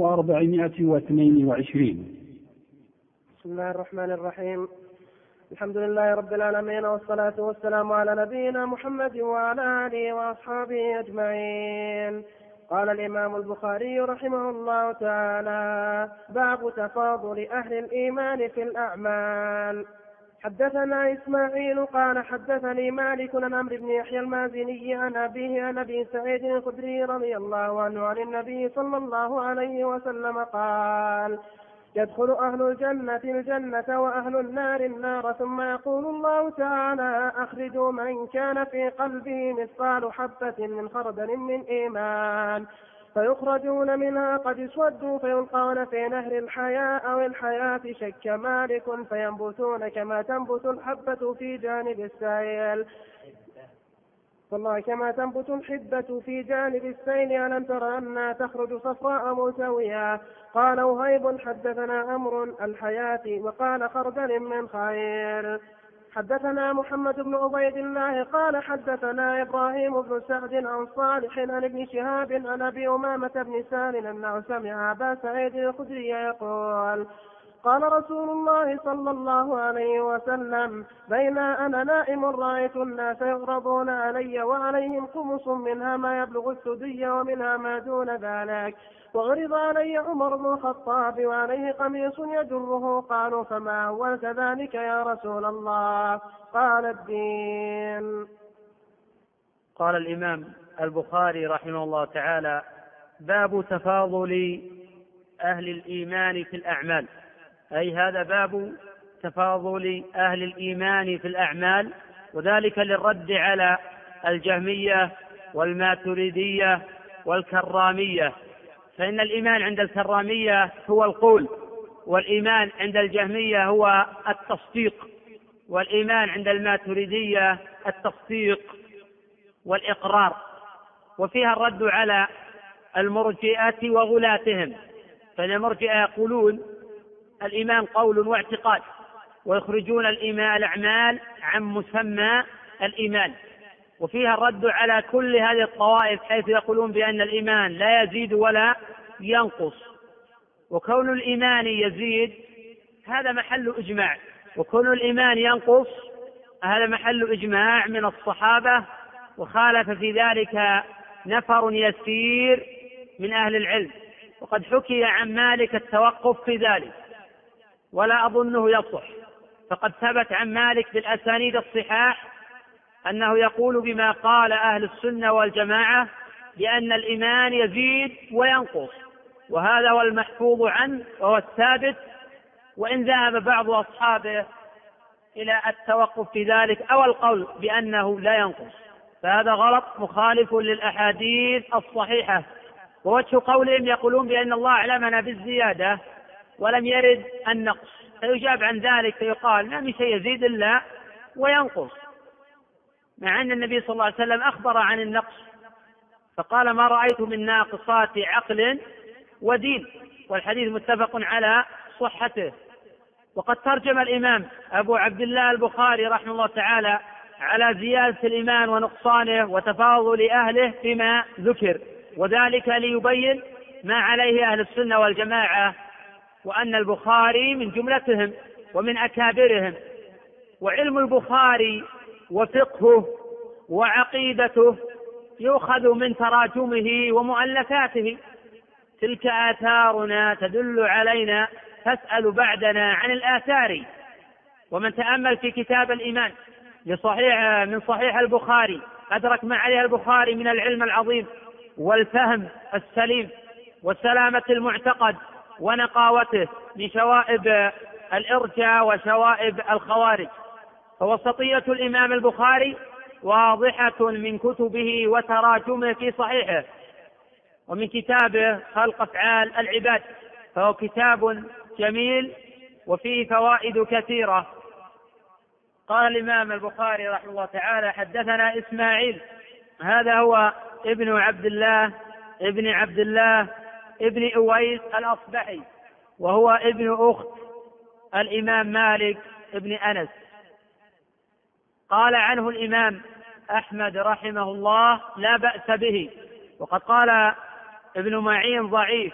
1422. بسم الله الرحمن الرحيم. الحمد لله رب العالمين، والصلاة والسلام على نبينا محمد وعلى آله وأصحابه أجمعين. قال الإمام البخاري رحمه الله تعالى: باب تفاضل أهل الإيمان في الأعمال. حدثنا إسماعيل قال حدثني مالك عن عمرو بن يحيى المازني عن أبيه عن أبي سعيد الخدري رضي الله عنه عن النبي صلى الله عليه وسلم قال: يدخل أهل الجنة الجنة وأهل النار النار، ثم يقول الله تعالى: أخرجوا من كان في قلبه مثقال حبة من خردل من إيمان، فيخرجون منها قد اسودوا فيلقون في نهر الحياة أو الحياة. شك مالك فينبتون كما تنبت الحبة في جانب السائل. والله كما تنبت الحبة في جانب السيل. ألم تر أنها تخرج صفراء ملتوية. قال وهيب حدثنا أمر الحياة وقال خردل من خير. حدثنا محمد بن عبيد الله قال حدثنا إبراهيم بن سعد عن صالح عن ابن شهاب عن أبي أمامة بن سالم أنه سمع أبا سعيد الخدري يقول قال رسول الله صلى الله عليه وسلم بين أنا نائم رأيت الناس يغرضون علي وعليهم خمس منها ما يبلغ الثدي ومنها ما دون ذلك. وغرض علي عمر بن الخطاب وعليه قميص يجره. قالوا فما هو كذلك يا رسول الله؟ قال الدين. قال الإمام البخاري رحمه الله تعالى باب تفاضل أهل الإيمان في الأعمال، أي هذا باب تفاضل أهل الإيمان في الأعمال، وذلك للرد على الجهمية والماتريدية والكرامية. فإن الإيمان عند الكرامية هو القول، والإيمان عند الجهمية هو التصديق، والإيمان عند الماتريدية التصديق والإقرار. وفيها الرد على المرجئة وغلاتهم، فإن المرجئة يقولون الإيمان قول واعتقاد، ويخرجون الأعمال عن مسمى الإيمان. وفيها الرد على كل هذه الطوائف حيث يقولون بأن الإيمان لا يزيد ولا ينقص، وكون الإيمان يزيد هذا محل إجماع، وكون الإيمان ينقص هذا محل إجماع من الصحابة، وخالف في ذلك نفر يسير من أهل العلم. وقد حكي عن مالك التوقف في ذلك ولا أظنه يصح، فقد ثبت عن مالك بالأسانيد الصحاح أنه يقول بما قال أهل السنة والجماعة بأن الإيمان يزيد وينقص، وهذا هو المحفوظ عنه وهو الثابت، وإن ذهب بعض أصحابه إلى التوقف في ذلك أو القول بأنه لا ينقص، فهذا غلط مخالف للأحاديث الصحيحة. ووجه قولهم يقولون بأن الله أعلمنا بالزيادة ولم يرد النقص، فيجاب عن ذلك فيقال ما من شيء يزيد إلا وينقص، مع أن النبي صلى الله عليه وسلم أخبر عن النقص فقال ما رأيت من ناقصات عقل ودين، والحديث متفق على صحته. وقد ترجم الإمام أبو عبد الله البخاري رحمه الله تعالى على زيادة الإيمان ونقصانه وتفاضل أهله فيما ذكر، وذلك ليبين ما عليه أهل السنة والجماعة، وأن البخاري من جملتهم ومن أكابرهم. وعلم البخاري وفقهه وعقيدته يؤخذ من تراجمه ومؤلفاته. تلك آثارنا تدل علينا فاسأل بعدنا عن الآثار. ومن تأمل في كتاب الإيمان من صحيح البخاري أدرك ما عليه البخاري من العلم العظيم والفهم السليم وسلامة المعتقد ونقاوته من شوائب الإرجاء وشوائب الخوارج. فوسطية الإمام البخاري واضحة من كتبه وتراجمه في صحيحه. ومن كتابه خلق أفعال العباد، فهو كتاب جميل وفيه فوائد كثيرة. قال الإمام البخاري رحمه الله تعالى حدثنا إسماعيل، هذا هو ابن عبد الله ابن أويس الأصبحي، وهو ابن أخت الإمام مالك ابن أنس. قال عنه الإمام أحمد رحمه الله لا بأس به، وقد قال ابن معين ضعيف،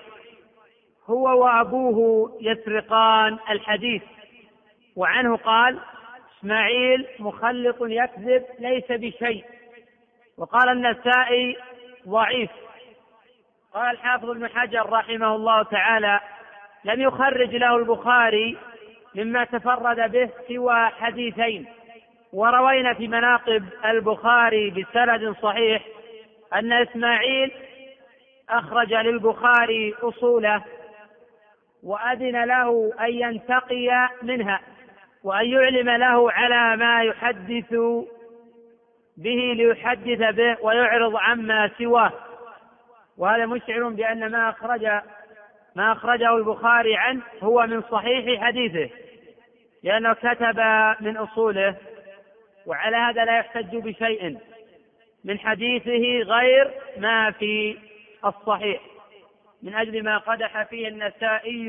هو وأبوه يسرقان الحديث. وعنه قال إسماعيل مخلط يكذب ليس بشيء. وقال النسائي ضعيف. قال الحافظ ابن حجر رحمه الله تعالى لم يخرج له البخاري مما تفرد به سوى حديثين. وروينا في مناقب البخاري بسند صحيح أن إسماعيل أخرج للبخاري أصوله وأذن له أن ينتقي منها وأن يعلم له على ما يحدث به ليحدث به ويعرض عما سواه. وهذا مشعر بأن ما أخرجه البخاري عنه هو من صحيح حديثه، لأنه كتب من أصوله، وعلى هذا لا يحتج بشيء من حديثه غير ما في الصحيح، من أجل ما قدح فيه النسائي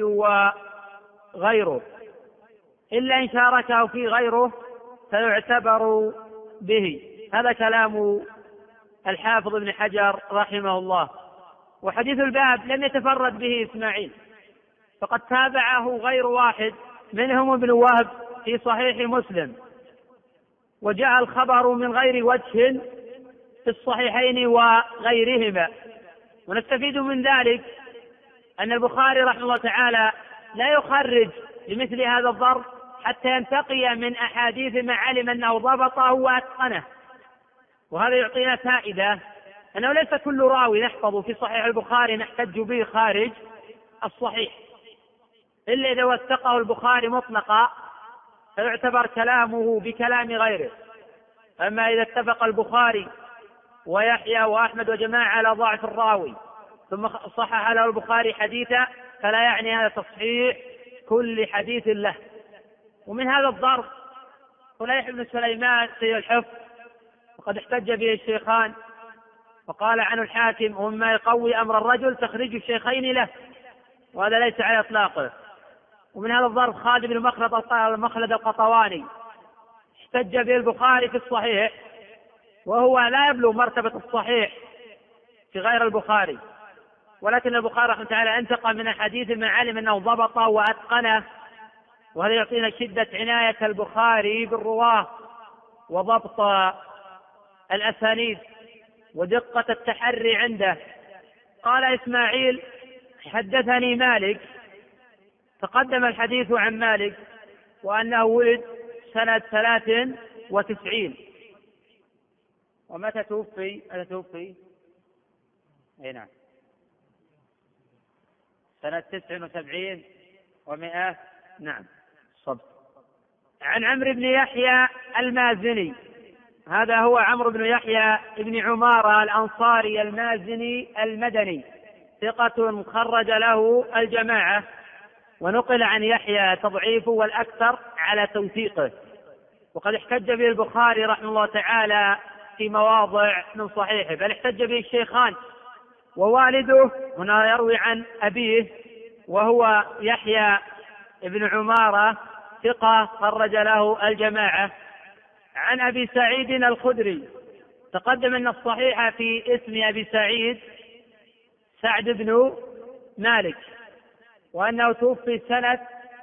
وغيره، إلا إن شاركه في غيره فيعتبر به. هذا كلام الحافظ ابن حجر رحمه الله. وحديث الباب لم يتفرد به إسماعيل، فقد تابعه غير واحد، منهم ابن وهب في صحيح مسلم، وجاء الخبر من غير وجه في الصحيحين وغيرهما. ونستفيد من ذلك أن البخاري رحمه الله تعالى لا يخرج لمثل هذا الظرف حتى ينتقي من أحاديث ما علم أنه ضبطه وأتقنه. وهذا يعطينا فائدة أنه ليس كل راوي نحفظه في صحيح البخاري نحتج به خارج الصحيح، إلا إذا وثقه البخاري مطلقا فيعتبر كلامه بكلام غيره. أما إذا اتفق البخاري ويحيى وأحمد وجماعة على ضعف الراوي ثم صحح له البخاري حديثا، فلا يعني هذا تصحيح كل حديث له. ومن هذا الضرب فليح بن سليمان سيء الحفظ، وقد احتج به الشيخان، وقال عنه الحاكم: ومما يقوي أمر الرجل تخريج الشيخين له، وهذا ليس على إطلاقه. ومن هذا الضرب خالد بن مخلد القطواني احتج به البخاري في الصحيح، وهو لا يبلغ مرتبة الصحيح في غير البخاري، ولكن البخاري رحمه الله تعالى انتقى من الحديث ما علم أنه ضبطه وأتقنه. وهذا يعطينا شدة عناية البخاري بالرواه وضبط الأسانيد ودقة التحري عنده. قال إسماعيل: حدثني مالك، تقدم الحديث عن مالك وأنه ولد سنة 93. ومتى توفي؟ أي نعم، سنة 79 و100. نعم صبت. عن عمرو بن يحيى المازني، هذا هو عمرو بن يحيى بن عمارة الأنصاري المازني المدني، ثقة خرج له الجماعة، ونقل عن يحيى تضعيفه والأكثر على توثيقه. وقد احتج به البخاري رحمه الله تعالى في مواضع من صحيحه، بل احتج به الشيخان. ووالده هنا يروي عن أبيه وهو يحيى بن عمارة، ثقة خرج له الجماعة. عن أبي سعيد الخدري، تقدم أن الصحيح في اسم أبي سعيد سعد بن مالك، وأنه توفي سنة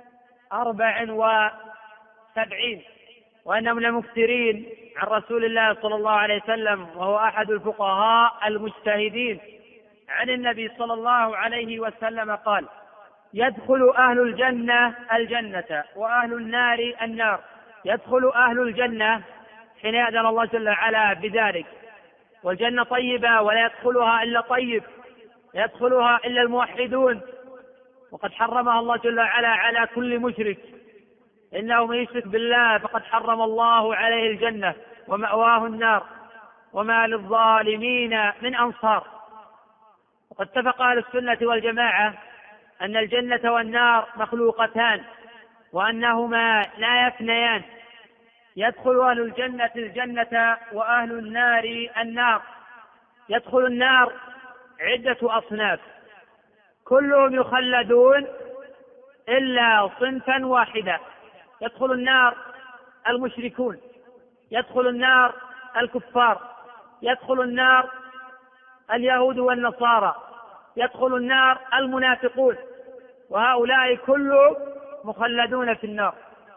74، وأنه من المكثرين عن رسول الله صلى الله عليه وسلم، وهو أحد الفقهاء المجتهدين. عن النبي صلى الله عليه وسلم قال: يدخل أهل الجنة الجنة وأهل النار النار. يدخل أهل الجنة حين يأذن الله جل وعلا بذلك، والجنة طيبة ولا يدخلها إلا طيب، يدخلها إلا الموحدون، وقد حرمها الله جل وعلا على كل مشرك، إنه من يشرك بالله فقد حرم الله عليه الجنة ومأواه النار وما للظالمين من أنصار. وقد اتفق أهل السنة والجماعة أن الجنة والنار مخلوقتان، وأنهما لا يفنيان. يدخل أهل الجنة الجنة وأهل النار النار. يدخل النار عدة أصناف، كلهم يخلدون إلا صنفا واحدا. يدخل النار المشركون، يدخل النار الكفار، يدخل النار اليهود والنصارى، يدخل النار المنافقون، وهؤلاء كلهم مخلدون في النار.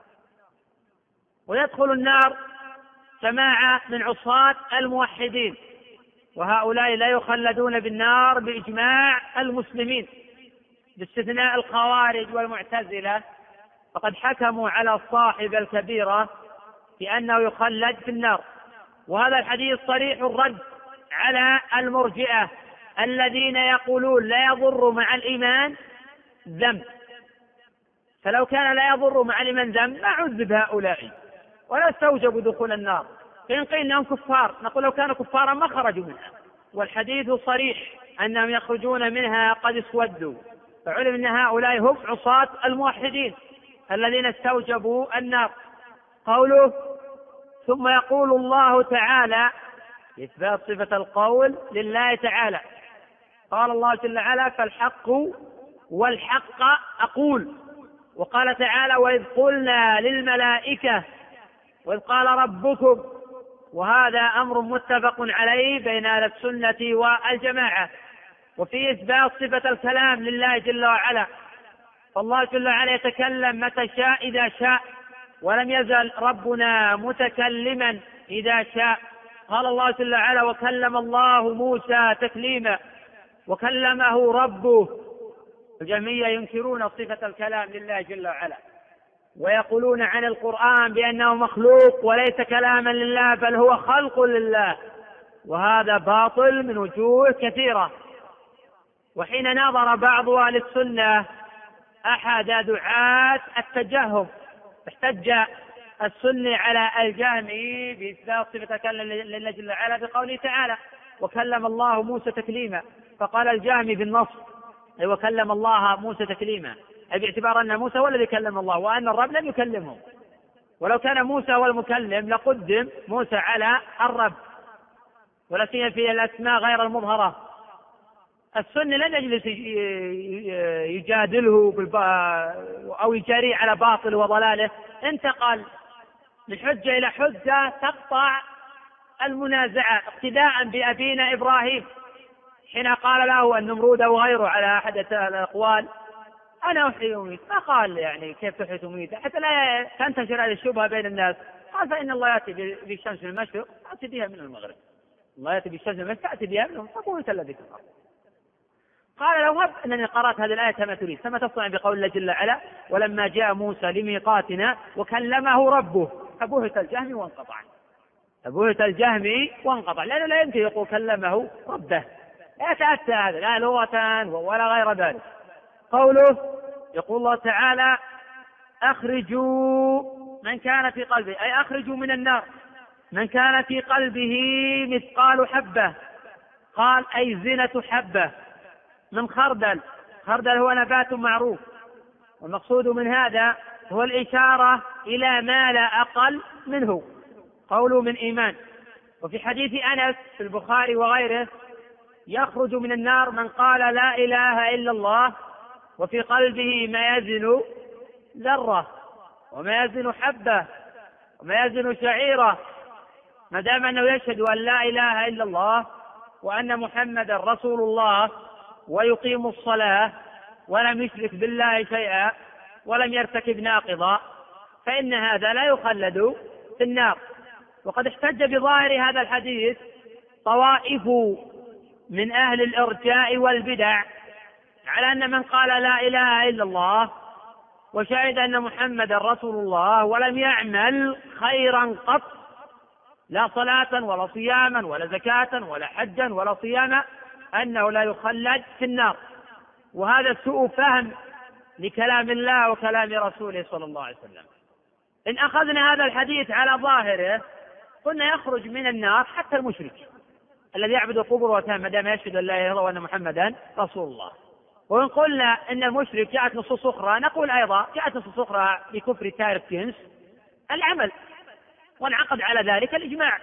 ويدخل النار جماعة من عصاة الموحدين، وهؤلاء لا يخلدون بالنار بإجماع المسلمين، باستثناء الخوارج والمعتزلة، فقد حكموا على صاحب الكبيرة بأنه يخلد في النار. وهذا الحديث صريح الرد على المرجئة الذين يقولون لا يضر مع الإيمان ذنب، فلو كان لا يضر مع الإيمان ذنب ما عذب هؤلاء ولا استوجبوا دخول النار. فإن قيل أنهم كفار نقول لو كانوا كفارا ما خرجوا منها، والحديث صريح أنهم يخرجون منها قد اسودوا، فعلم أن هؤلاء هم عصاة الموحدين الذين استوجبوا النار. قوله ثم يقول الله تعالى إثبات صفة القول لله تعالى. قال الله جل وعلا فالحق والحق أقول. وقال تعالى وإذ قلنا للملائكة وإذ قال ربكم. وهذا أمر متفق عليه بين أهل السنة والجماعة. وفي إثبات صفة الكلام لله جل وعلا، فالله جل وعلا يتكلم متى شاء إذا شاء، ولم يزل ربنا متكلما إذا شاء. قال الله جل وعلا وكلم الله موسى تكليما وكلمه ربه. الجهمية ينكرون صفة الكلام لله جل وعلا، ويقولون عن القرآن بأنه مخلوق وليس كلاما لله بل هو خلق لله، وهذا باطل من وجوه كثيرة. وحين نظر بعض أهل السنة أحد دعاة التجهم احتج السني على الجهمي بإثبات صفة الكلام لله جل وعلا بقوله تعالى وكلم الله موسى تكليما، فقال الجهمي بالنص أي وكلم الله موسى تكليما، أي باعتبار أن موسى هو الذي كلم الله وأن الرب لم يكلمه، ولو كان موسى هو المكلم لقدم موسى على الرب، ولا سيما في الأسماء غير المظهرة. السني لن يجلس يجادله أو يجاريه على باطل وضلاله، انتقل من حجة إلى حجة تقطع المنازعة اقتداء بأبينا إبراهيم حين قال له النمرود وغيره على أحد الأقوال أنا أحيي وأميت، ما قال يعني كيف تحيي وتميت حتى لا تنتشر هذه الشبهة بين الناس. قال فإن الله يأتي بالشمس من المشرق تأتي بها من المغرب، الله يأتي بالشمس من المشرق تأتي بها من المغرب، فبهت الذي كفر. قال لو هب أنني قرأت هذه الآية كما تريد، كما تصنع بقول الله جل وعلا ولما جاء موسى لميقاتنا وكلمه ربه، فبهت الجهمي وانقطع. فبهت الجهمي وانقطع، لأنه لا يمكن يقول كلمه ربه، لا يتأتى هذا لا لغة ولا غير ذلك. قوله يقول الله تعالى أخرجوا من كان في قلبه، أي أخرجوا من النار من كان في قلبه مثقال حبة، قال أي زنة حبة من خردل. خردل هو نبات معروف، والمقصود من هذا هو الإشارة إلى ما لا أقل منه، قوله من إيمان. وفي حديث أنس في البخاري وغيره يخرج من النار من قال لا إله إلا الله وفي قلبه ما يزن ذرة وما يزن حبة وما يزن شعيرة، ما دام أنه يشهد أن لا إله إلا الله وأن محمدا رسول الله ويقيم الصلاة ولم يشرك بالله شيئا ولم يرتكب ناقضا، فإن هذا لا يخلد في النار. وقد احتج بظاهر هذا الحديث طوائف من أهل الإرجاء والبدع على أن من قال لا إله إلا الله وشهد أن محمدا رسول الله ولم يعمل خيرا قط، لا صلاة ولا صياما ولا زكاة ولا حجا ولا صياما، أنه لا يخلد في النار. وهذا سوء فهم لكلام الله وكلام رسوله صلى الله عليه وسلم. إن أخذنا هذا الحديث على ظاهره قلنا يخرج من النار حتى المشرك الذي يعبد القبور وثام ما دام يشهد أن لا إله إلا الله وأن محمدا رسول الله. وإن قلنا أن المشرك جاءت نصوص أخرى نقول أيضا جاءت نصوص أخرى بكفر تارك جنس العمل، وانعقد على ذلك الإجماع.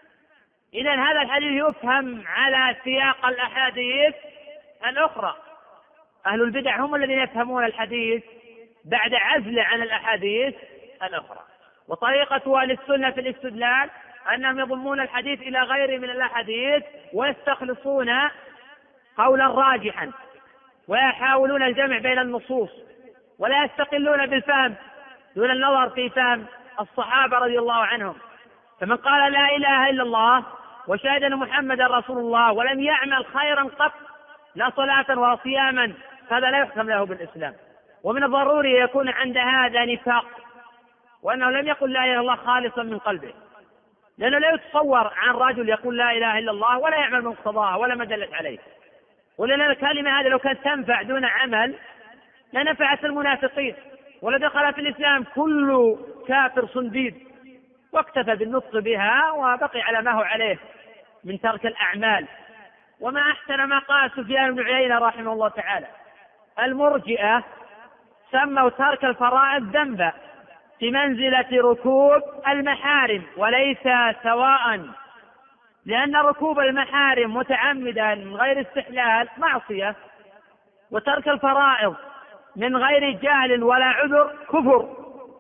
إذن هذا الحديث يفهم على سياق الأحاديث الأخرى. أهل البدع هم الذين يفهمون الحديث بعد عزله عن الأحاديث الأخرى. وطريقة أهل السنة في الاستدلال أنهم يضمون الحديث إلى غيره من الأحاديث ويستخلصون قولا راجحا ويحاولون الجمع بين النصوص، ولا يستقلون بالفهم دون النظر في فهم الصحابة رضي الله عنهم. فمن قال لا إله إلا الله وشهد أن محمدا رسول الله ولم يعمل خيرا قط، لا صلاة ولا صياما، هذا لا يحكم له بالإسلام. ومن الضروري يكون عند هذا نفاق، وأنه لم يقل لا إله إلا الله خالصا من قلبه، لأنه لا يتصور عن رجل يقول لا إله إلا الله ولا يعمل مقتضاها ولا ما دلت عليه. ولأن الكلمة هذه لو كانت تنفع دون عمل لنفعت المنافقين، ولدخل في الإسلام كل كافر صنديد واكتفى بالنطق بها وبقي على ما هو عليه من ترك الأعمال وما أحسن ما قال سفيان بن عيينة رحمه الله تعالى: المرجئة سموا ترك الفرائض ذنبا في منزلة ركوب المحارم وليس سواء، لأن ركوب المحارم متعمدا من غير استحلال معصية، وترك الفرائض من غير جهل ولا عذر كفر.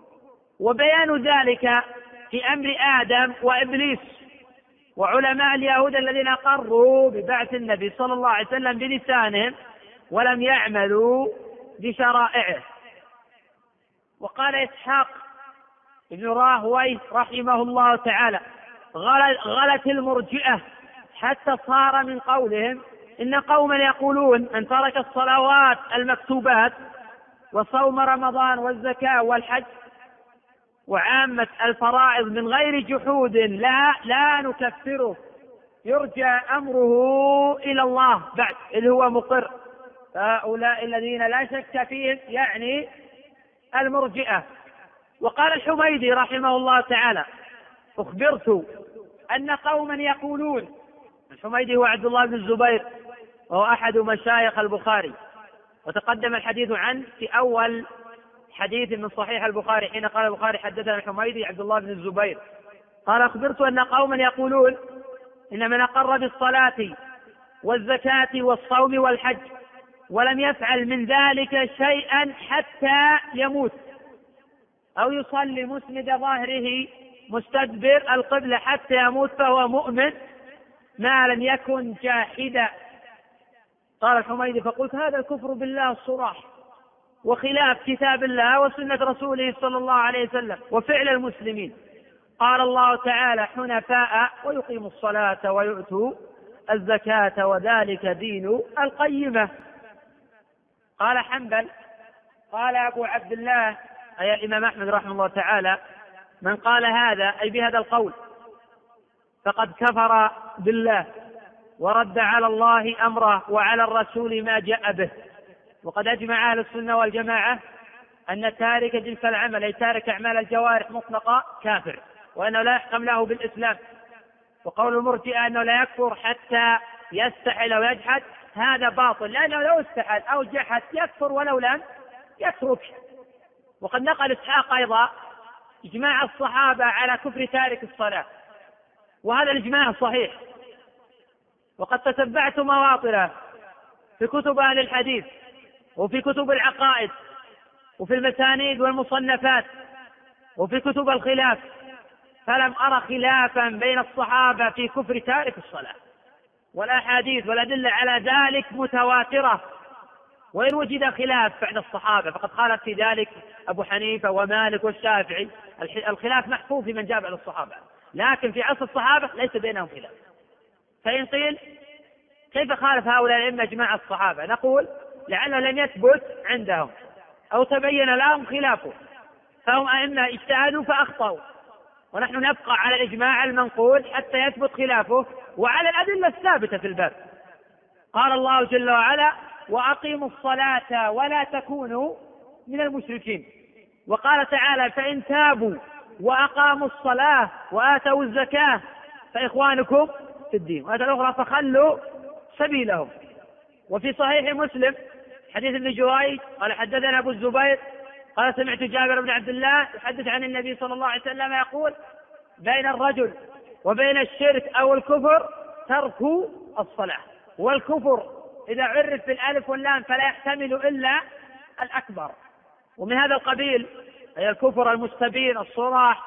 وبيان ذلك في أمر آدم وإبليس وعلماء اليهود الذين أقروا ببعث النبي صلى الله عليه وسلم بلسانهم ولم يعملوا بشرائعه. وقال إسحاق بن راهويه رحمه الله تعالى: غلت المرجئة حتى صار من قولهم إن قوما يقولون من ترك الصلوات المكتوبات وصوم رمضان والزكاة والحج وعامة الفرائض من غير جحود لا نكفره، يرجى أمره إلى الله بعد اللي هو مقر. فهؤلاء الذين لا شك فيهم يعني المرجئة. وقال الحميدي رحمه الله تعالى: أخبرت أن قوما يقولون. الحميدي هو عبد الله بن الزبير وهو أحد مشايخ البخاري، وتقدم الحديث عنه في أول حديث من صحيح البخاري حين قال البخاري حدثنا الحميدي عبد الله بن الزبير قال: أخبرت أن قوما يقولون إن من أقر بالصلاة والزكاة والصوم والحج ولم يفعل من ذلك شيئا حتى يموت، أو يصلي مسند ظهره مستدبر القبلة حتى يموت فهو مؤمن ما لم يكن جاحدا. قال الحميدي: فقلت هذا الكفر بالله الصراح وخلاف كتاب الله وسنة رسوله صلى الله عليه وسلم وفعل المسلمين. قال الله تعالى: حنفاء ويقيموا الصلاة ويؤتوا الزكاة وذلك دين القيمة. قال حنبل: قال أبو عبد الله أي الإمام أحمد رحمه الله تعالى: من قال هذا أي بهذا القول فقد كفر بالله ورد على الله أمره وعلى الرسول ما جاء به. وقد أجمع أهل السنة والجماعة أن تارك جنس العمل أي تارك أعمال الجوارح مطلقة كافر، وأنه لا يحكم له بالإسلام. وقول المرجئة أنه لا يكفر حتى يستحل أو يجحد هذا باطل، لأنه لو استحل أو جحد يكفر ولو لم يترك. وقد نقل إسحاق أيضا إجماع الصحابة على كفر تارك الصلاة، وهذا الإجماع صحيح. وقد تتبعت مواطنه في كتب أهل الحديث وفي كتب العقائد وفي المسانيد والمصنفات وفي كتب الخلاف، فلم أرى خلافا بين الصحابة في كفر تارك الصلاة، والأحاديث والأدلة على ذلك متواترة. وإن وجد خلاف بعد الصحابة فقد خالف في ذلك أبو حنيفة ومالك والشافعي، الخلاف محفوظ في من جاء بعد الصحابة، لكن في عصر الصحابة ليس بينهم خلاف. فإن قيل كيف خالف هؤلاء الأئمة إجماع الصحابة؟ نقول لعله لم يثبت عندهم أو تبين لهم خلافه، فهم أئمة اجتهدوا فأخطأوا، ونحن نبقى على الإجماع المنقول حتى يثبت خلافه وعلى الأدلة الثابتة في الباب. قال الله جل وعلا: وأقيموا الصلاة ولا تكونوا من المشركين. وقال تعالى: فإن تابوا وأقاموا الصلاة وآتوا الزكاة فإخوانكم في الدين. وهذا الأخرى فخلوا سبيلهم. وفي صحيح مسلم حديث ابن جريج قال: حدثنا أبو الزبير قال: سمعت جابر بن عبد الله يحدث عن النبي صلى الله عليه وسلم يقول: بين الرجل وبين الشرك أو الكفر ترك الصلاة. والكفر إذا عرف بالألف واللام فلا يحتمل إلا الأكبر، ومن هذا القبيل أي الكفر المستبين الصراح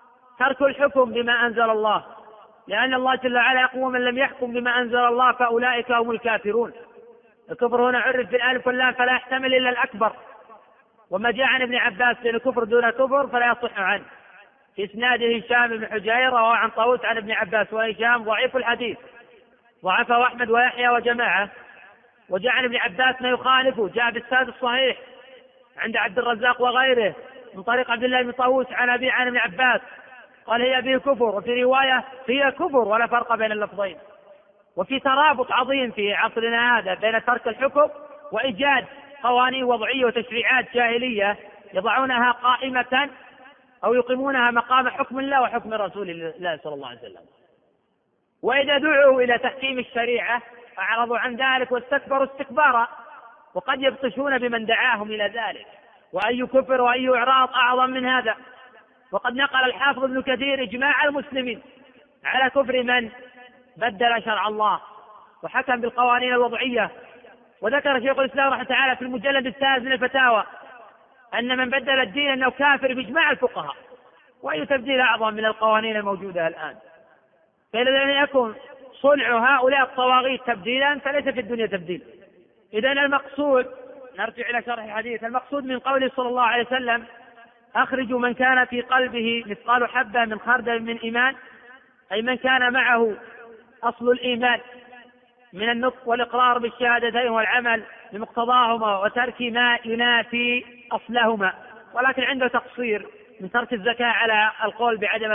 ترك الحكم بما أنزل الله، لأن الله جل وعلا يقول: من لم يحكم بما أنزل الله فأولئك هم الكافرون. الكفر هنا عرف بالألف واللام فلا يحتمل إلا الأكبر. وما جاء عن ابن عباس بأن كفر دون كفر فلا يصح عنه. في إسناده هشام بن حجير وهو عن طاووس عن ابن عباس، وهشام ضعيف الحديث ضعفه أحمد ويحيى وجماعة. وجاء عن ابن عباس ما يخالفه، جاء بالسند الصحيح عند عبد الرزاق وغيره من طريق عبد الله بن طاووس عن أبي عن ابن عباس قال: هي به كفر، وفي رواية هي كفر، ولا فرق بين اللفظين. وفي ترابط عظيم في عصرنا هذا بين ترك الحكم وإيجاد قوانين وضعية وتشريعات جاهلية يضعونها قائمة أو يقيمونها مقام حكم الله وحكم رسول الله صلى الله عليه وسلم. وإذا دعوا إلى تحكيم الشريعة أعرضوا عن ذلك واستكبروا استكبارا، وقد يبطشون بمن دعاهم إلى ذلك، وأي كفر وأي إعراض أعظم من هذا. وقد نقل الحافظ ابن كثير إجماع المسلمين على كفر من بدل شرع الله وحكم بالقوانين الوضعية. وذكر شيخ الإسلام رحمه الله تعالى في المجلد الثالث من الفتاوى أن من بدل الدين أنه كافر بإجماع الفقهاء، وأي تبديل أعظم من القوانين الموجودة الآن. فإذا لم يكن صنع هؤلاء الطواغيت تبديلا فليس في الدنيا تبديل. إذن المقصود، نرجع إلى شرح الحديث، المقصود من قوله صلى الله عليه وسلم أخرجوا من كان في قلبه مثقال حبة من خردل من إيمان، أي من كان معه أصل الإيمان من النطق والإقرار بالشهادتين والعمل بمقتضاهما وترك ما ينافي أصلهما، ولكن عنده تقصير من ترك الزكاة على القول بعدم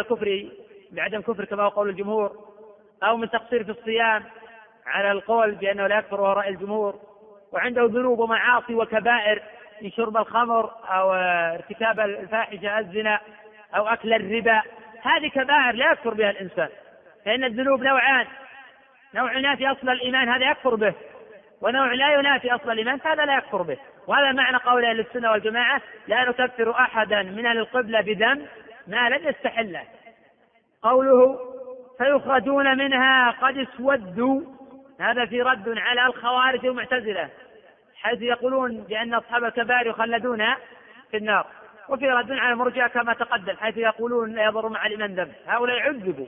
كفر كما هو قول الجمهور، أو من تقصير في الصيام على القول بأنه لا يكفر وهو رأي الجمهور، وعنده ذنوب ومعاصي وكبائر من شرب الخمر أو ارتكاب الفاحشة الزنا أو أكل الربا، هذه كبائر لا يكفر بها الإنسان، فإن الذنوب نوعان، نوع ينافي أصل الإيمان هذا يكفر به، ونوع لا ينافي أصل الإيمان هذا لا يكفر به. وهذا معنى قول أهل السنة والجماعة لا نكفر أحدا من أهل القبلة بذنب ما لم يستحله. قوله فيخرجون منها قد اسودوا، هذا في رد على الخوارج والمعتزلة حيث يقولون بأن أصحاب الكبائر يخلدون في النار، وفي رد على المرجئة كما تقدم حيث يقولون لا يضر مع الإيمان ذنب، هؤلاء عذبوا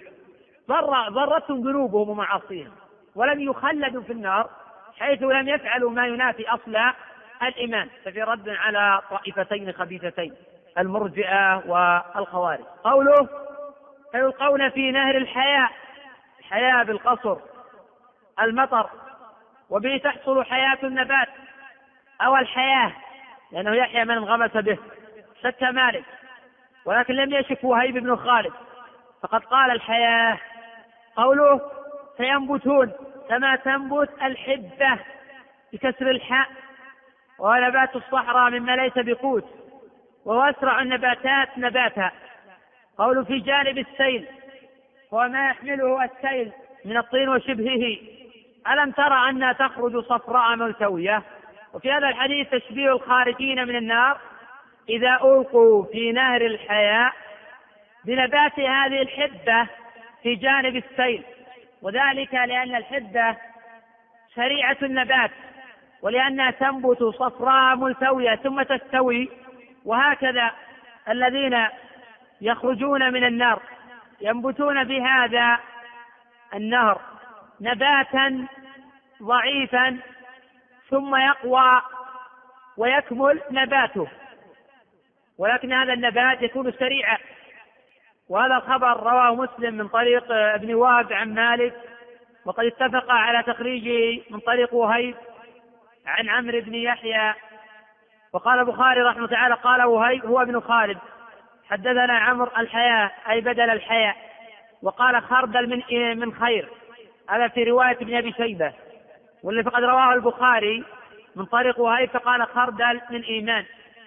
ضرتهم ذنوبهم ومعاصيهم ولم يخلدوا في النار حيث لم يفعلوا ما ينافي أصل الإيمان، ففي رد على طائفتين خبيثتين المرجئة والخوارج. قوله فيلقون في نهر الحياة بالقصر المطر، وبه تحصل حياة النبات أو الحياة لأنه يحيى من انغمس به، شك مالك، ولكن لم يشك وهيب بن خالد فقد قال الحياة. قوله فينبتون كما تنبت الحبة بكسر الحاء، ونبات الصحراء مما ليس بقوت، وهو أسرع النباتات نباتا. قوله في جانب السيل هو ما يحمله السيل من الطين وشبهه، ألم ترى أنها تخرج صفراء ملتوية. وفي هذا الحديث تشبيه الخارجين من النار إذا ألقوا في نهر الحياة بنبات هذه الحبة في جانب السيل، وذلك لأن الحبة سريعة النبات ولأنها تنبت صفراء ملتوية ثم تستوي، وهكذا الذين يخرجون من النار ينبتون بهذا النهر نباتا ضعيفا ثم يقوى ويكمل نباته، ولكن هذا النبات يكون سريعا. وهذا الخبر رواه مسلم من طريق ابن وهب عن مالك، وقد اتفق على تخريجه من طريق وهيب عن عمرو بن يحيى. وقال البخاري رحمه الله تعالى قال وهيب هو ابن خالد حدثنا عمرو الحياة أي بدل الحياة، وقال خردل من خير، هذا في رواية ابن أبي شيبة، واللي فقد رواه البخاري من طريق وهيب فقال خردل من إيمان.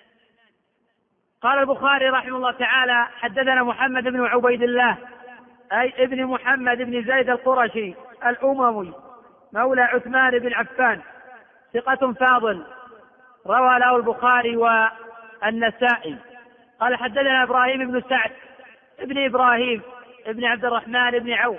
قال البخاري رحمه الله تعالى حدثنا محمد بن عبيد الله أي ابن محمد بن زيد القرشي الأموي مولى عثمان بن عفان ثقة فاضل روى له البخاري والنسائي. قال حدثنا إبراهيم بن سعد ابن إبراهيم ابن عبد الرحمن بن عوف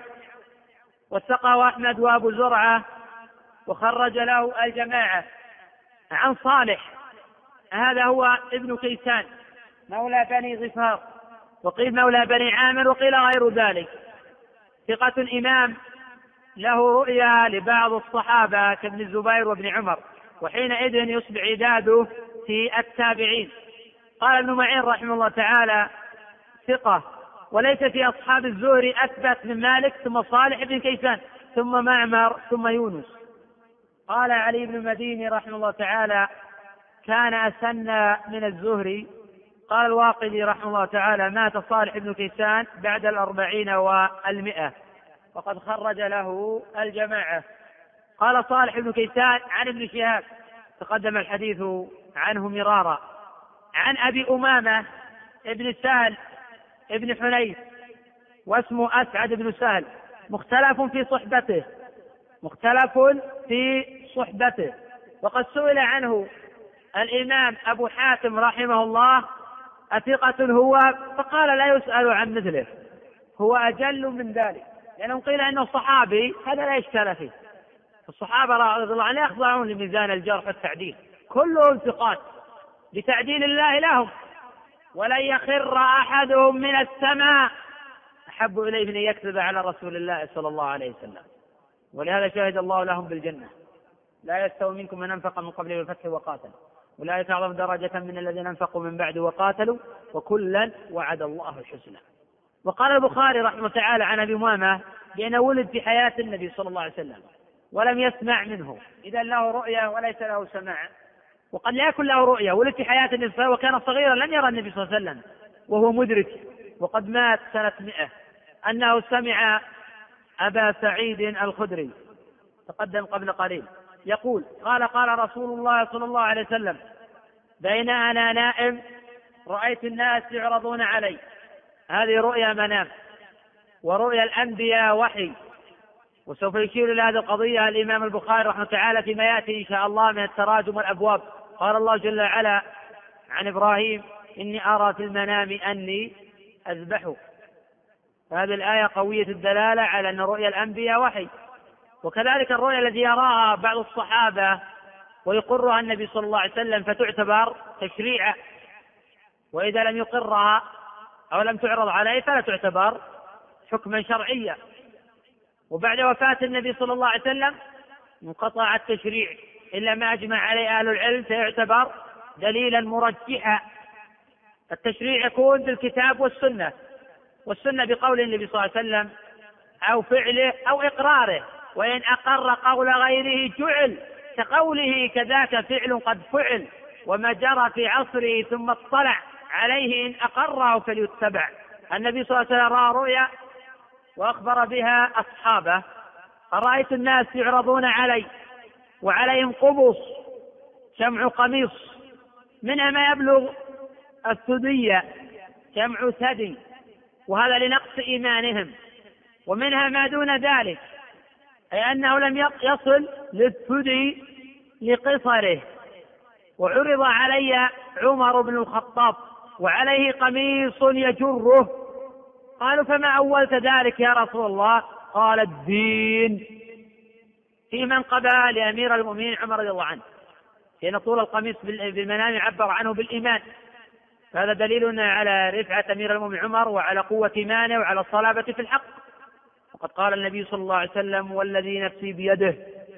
وثقه أحمد وأبو زرعة وخرج له الجماعة. عن صالح هذا هو ابن كيسان مولى بني غفار، وقيل مولى بني عامر، وقيل غير ذلك، ثقة إمام له رؤيا لبعض الصحابة كابن الزبير وابن عمر، وحينئذ يصبح عداده في التابعين. قال ابن معين رحمه الله تعالى ثقة، وليس في أصحاب الزهري أثبت من مالك ثم صالح بن كيسان ثم معمر ثم يونس. قال علي بن المديني رحمه الله تعالى كان أسن من الزهري. قال الواقدي رحمه الله تعالى مات صالح بن كيسان بعد 40 و100 وقد خرج له الجماعة. قال صالح بن كيسان عن ابن شهاب تقدم الحديث عنه مرارا. عن أبي أمامة ابن سهل ابن حنيف واسمه أسعد بن سهل مختلف في صحبته، مختلف في صحبته. وقد سئل عنه الإمام أبو حاتم رحمه الله أثقة هو؟ فقال لا يسأل عن مثله، هو أجل من ذلك، لأنه قيل أنه صحابي، هذا لا إشكال فيه. الصحابة رضي الله عنهم يخضعون لميزان الجرح والتعديل، كلهم ثقات بتعديل الله لهم، ولن يخر أحدهم من السماء أحب إليه من أن يكذب على رسول الله صلى الله عليه وسلم. ولهذا شهد الله لهم بالجنة: لا يستوي منكم من أنفق من قبل الفتح وقاتل، أولئك أعظم درجة من الذين أنفقوا من بعد وقاتلوا، وكلا وعد الله الحسنى. وقال البخاري رحمه تعالى عن أبي أمامة بأنه ولد في حياة النبي صلى الله عليه وسلم ولم يسمع منه، إذا له رؤيا وليس له سماع. وقد لا يكن له رؤيا، ولد في حياة النبي صلى الله عليه وسلم وكان صغيرا لم يرى النبي صلى الله عليه وسلم وهو مدرك، وقد مات سنة 100، أنه سمع أبا سعيد الخدري تقدم قبل قليل يقول: قال رسول الله صلى الله عليه وسلم: بين أنا نائم رأيت الناس يعرضون علي. هذه رؤيا منام، ورؤيا الأنبياء وحي. وسوف يشير إلى هذه القضية الإمام البخاري رحمه تعالى فيما يأتي إن شاء الله من التراجم والأبواب. قال الله جل وعلا عن إبراهيم: إني أرى في المنام أني أذبحك. هذه الآية قوية الدلالة على أن رؤيا الأنبياء وحي. وكذلك الرؤيا التي يراها بعض الصحابة ويقرها النبي صلى الله عليه وسلم فتعتبر تشريعا، وإذا لم يقرها أو لم تعرض عليه فلا تعتبر حكما شرعيا. وبعد وفاة النبي صلى الله عليه وسلم انقطع التشريع إلا ما أجمع عليه أهل العلم، فيعتبر دليلا مرجحا. التشريع يكون بالكتاب والسنة، والسنة بقول النبي صلى الله عليه وسلم أو فعله أو إقراره، وإن أقر قول غيره جعل، كقوله كذاك فعل قد فعل، وما جرى في عصره ثم اطلع عليه إن أقره فليتبع. النبي صلى الله عليه وسلم رأى رؤيا وأخبر بها أصحابه: رأيت الناس يعرضون علي وعليهم قبص جمع قميص، منها ما يبلغ الثدي جمع ثدي، وهذا لنقص إيمانهم، ومنها ما دون ذلك، أي أنه لم يصل للثدي لقصره. وعرض علي عمر بن الخطاب وعليه قميص يجره. قالوا: فما أولت ذلك يا رسول الله؟ قال: الدين. في منقبة لأمير المؤمنين عمر رضي الله عنه، لأن طول القميص بالمنام عبر عنه بالإيمان، فهذا دليل على رفعة أمير المؤمنين عمر وعلى قوة إيمانه وعلى الصلابة في الحق. وقد قال النبي صلى الله عليه وسلم: والذي نفسي بيده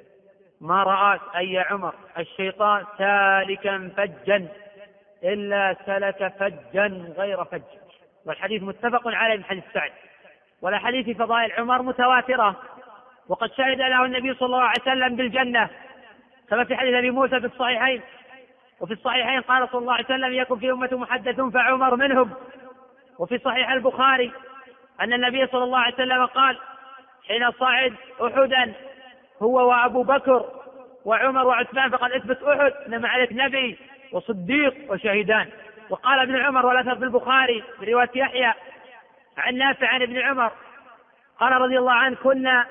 ما رآك أي يا عمر الشيطان سالكا فجا إلا سلك فجا غير فج. والحديث متفق عليه من حديث سعد. والحديث في فضائل عمر متواترة، وقد شهد له النبي صلى الله عليه وسلم بالجنة، كما في حديث أبي موسى في الصحيحين. وفي الصحيحين قال صلى الله عليه وسلم: يكن في أمة محدث فعمر منهم. وفي صحيح البخاري أن النبي صلى الله عليه وسلم قال حين صعد أحدا هو وأبو بكر وعمر وعثمان: فقد اثبت أحد إنما عليك نبي وصديق وشهيدان. وقال ابن عمر، والأثر في البخاري برواية يحيى عن نافع عن ابن عمر قال رضي الله عنه: كنا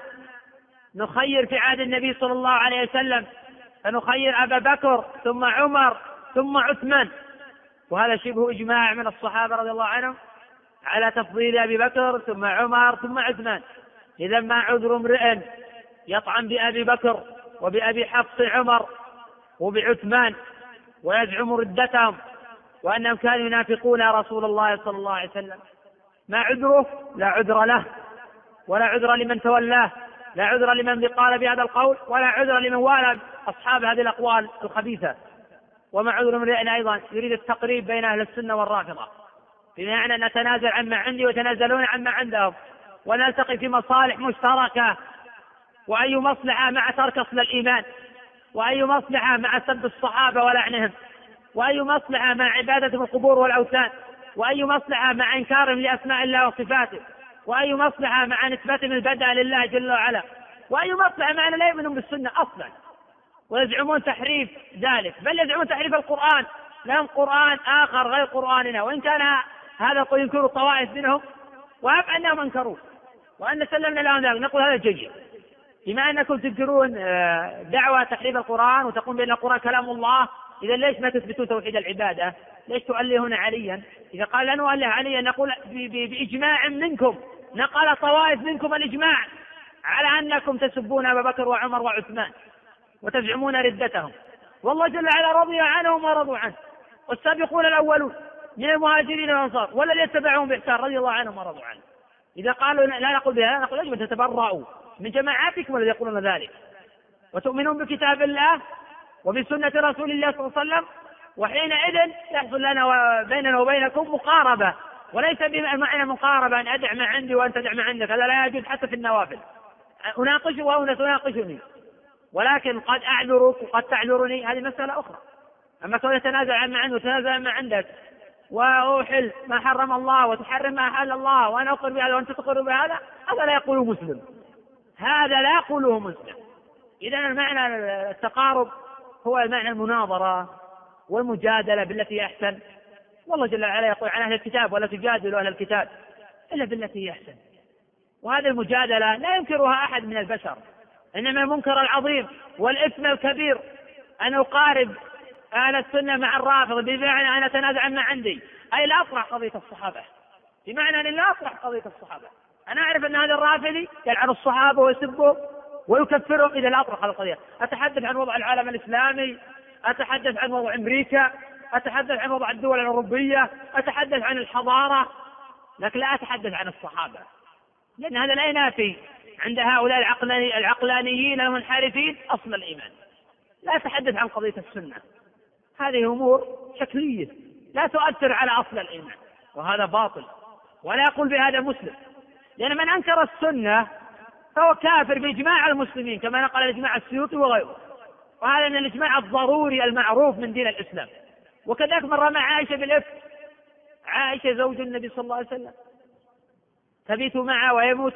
نخير في عهد النبي صلى الله عليه وسلم، فنخير أبا بكر ثم عمر ثم عثمان. وهذا شبه إجماع من الصحابة رضي الله عنهم على تفضيل أبي بكر ثم عمر ثم عثمان. إذا ما عذر امرئ يطعن بأبي بكر وبأبي حفص عمر وبعثمان ويزعم ردتهم وأنهم كانوا ينافقون رسول الله صلى الله عليه وسلم، ما عذره؟ لا عذر له، ولا عذر لمن تولاه، لا عذر لمن قال بهذا القول، ولا عذر لمن والى أصحاب هذه الأقوال الخبيثة. وما عذر امرئ أيضا يريد التقريب بين أهل السنة والرافضة، بمعنى أن نتنازل عما عندي وتنازلون عما عندهم، ونلتقي في مصالح مشتركة. وأي مصلحة مع ترك أصل الإيمان، وأي مصلحة مع سب الصحابة ولعنهم، وأي مصلحة مع عبادة القبور والأوثان، وأي مصلحة مع إنكارهم لأسماء الله وصفاته، وأي مصلحة مع نسبتهم البدء لله جل وعلا، وأي مصلحة مع أن لا يؤمنون بالسنة أصلا ويزعمون تحريف ذلك، بل يزعمون تحريف القرآن، لهم قرآن آخر غير قرآننا. وإن كان هذا قد ينكر الطوائف منهم، وأب أنهم أنكروه وأن سلمنا لهم ذلك، نقول هذا جيد. بما أنكم تنكرون دعوة تحريف القرآن وتقول بأن القرآن كلام الله، إذا ليش ما تثبتون توحيد العبادة؟ ليش تؤلهون عليا؟ إذا قال لا نؤله عليا نقول بإجماع منكم، نقل طوائف منكم الإجماع على أنكم تسبون أبا بكر وعمر وعثمان وتزعمون ردتهم، والله جل وعلا رضي عنهم ورضوا عنه، والسابقون الأولون من المهاجرين والأنصار والذين يتبعهم بإحسان رضي الله عنهم ورضوا عنه. إذا قالوا لا نقول بها، نقول يجب أن تتبرؤوا من جماعاتكم الذين يقولون ذلك، وتؤمنون بكتاب الله وبسنة رسول الله صلى الله عليه وسلم، وحينئذ يحصل لنا بيننا وبينكم مقاربة، وليس بمعنى مقاربة أن أدع ما عندي وأن تدع ما عندك، هذا لا يجوز حتى في النوافل، أناقش وأنت تناقشني، ولكن قد أعذرك وقد تعذرني، هذه مسألة أخرى. أما كون يتنازع عن ما عنده وتنازع ما عندك، وأوحل ما حرم الله وتحرم ما أحل الله، وأنا أقر بهذا وأنت تقر بهذا، هذا لا يقوله مسلم، هذا لا يقوله مسلم. إذا المعنى التقارب هو المعنى المناظرة والمجادلة بالتي أحسن، والله جل وعلا يقول عن أهل الكتاب ولا تجادلوا أهل الكتاب إلا بالتي أحسن، وهذه المجادلة لا ينكرها أحد من البشر، إنما المنكر العظيم والإثم الكبير أن أقارب أهل السنة مع الرافض، بمعنى أن أتنازع ما عندي، أي لا أطرح قضية الصحابة، بمعنى أن لا أطرح قضية الصحابة. أنا أعرف أن هذا الرافضي يلعن الصحابة ويسبهم ويكفرهم إذا لا أطرح القضية. أتحدث عن وضع العالم الإسلامي، أتحدث عن وضع أمريكا، أتحدث عن وضع الدول الأوروبية، أتحدث عن الحضارة، لكن لا أتحدث عن الصحابة، لأن هذا لا ينافي عند هؤلاء العقلانيين المنحرفين أصل الإيمان. لا أتحدث عن قضية السنة، هذه أمور شكلية لا تؤثر على أصل الإيمان، وهذا باطل، ولا يقول بهذا مسلم، لأن من أنكر السنة فهو كافر بإجماع المسلمين، كما نقل الإجماع السيوطي وغيره، وهذا من الإجماع الضروري المعروف من دين الإسلام. وكذلك مر مع عائشة بالإفك، عائشة زوج النبي صلى الله عليه وسلم تبيت معه ويموت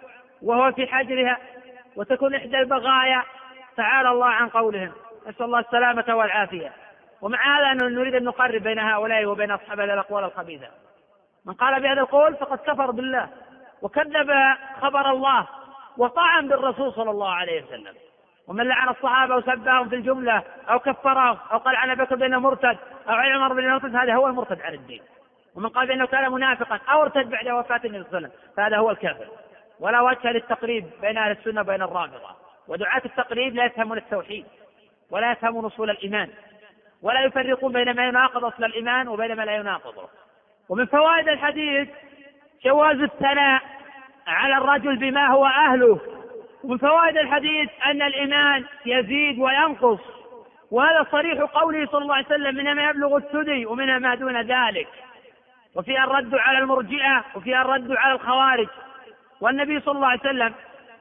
وهو في حجرها، وتكون إحدى البغايا، تعالى الله عن قولهم، نسأل الله السلامة والعافية. ومع هذا نريد أن نقرب بين هؤلاء وبين أصحاب هذه الأقوال الخبيثة. من قال بهذا القول فقد كفر بالله وكذب خبر الله وطعن بالرسول صلى الله عليه وسلم. ومن لعن الصحابة وسبهم في الجملة أو كفرهم أو قال عن بكر بأنه مرتد أو عن عمر بأنه مرتد، هذا هو المرتد عن الدين. ومن قال بأنه كان منافقا أو ارتد بعد وفاة النبي صلى الله عليه وسلم فهذا هو الكافر. ولا وجه للتقريب بين أهل السنة وبين الرافضة، ودعاة التقريب لا يفهمون التوحيد ولا يفهمون أصول الإيمان، ولا يفرقون بين ما يناقض أصل الإيمان وبين ما لا يناقضه. ومن فوائد الحديث جواز الثناء على الرجل بما هو أهله. ومن فوائد الحديث أن الإيمان يزيد وينقص، وهذا صريح قوله صلى الله عليه وسلم: منها ما يبلغ الثدي ومنها ما دون ذلك. وفيها الرد على المرجئة وفيها الرد على الخوارج. والنبي صلى الله عليه وسلم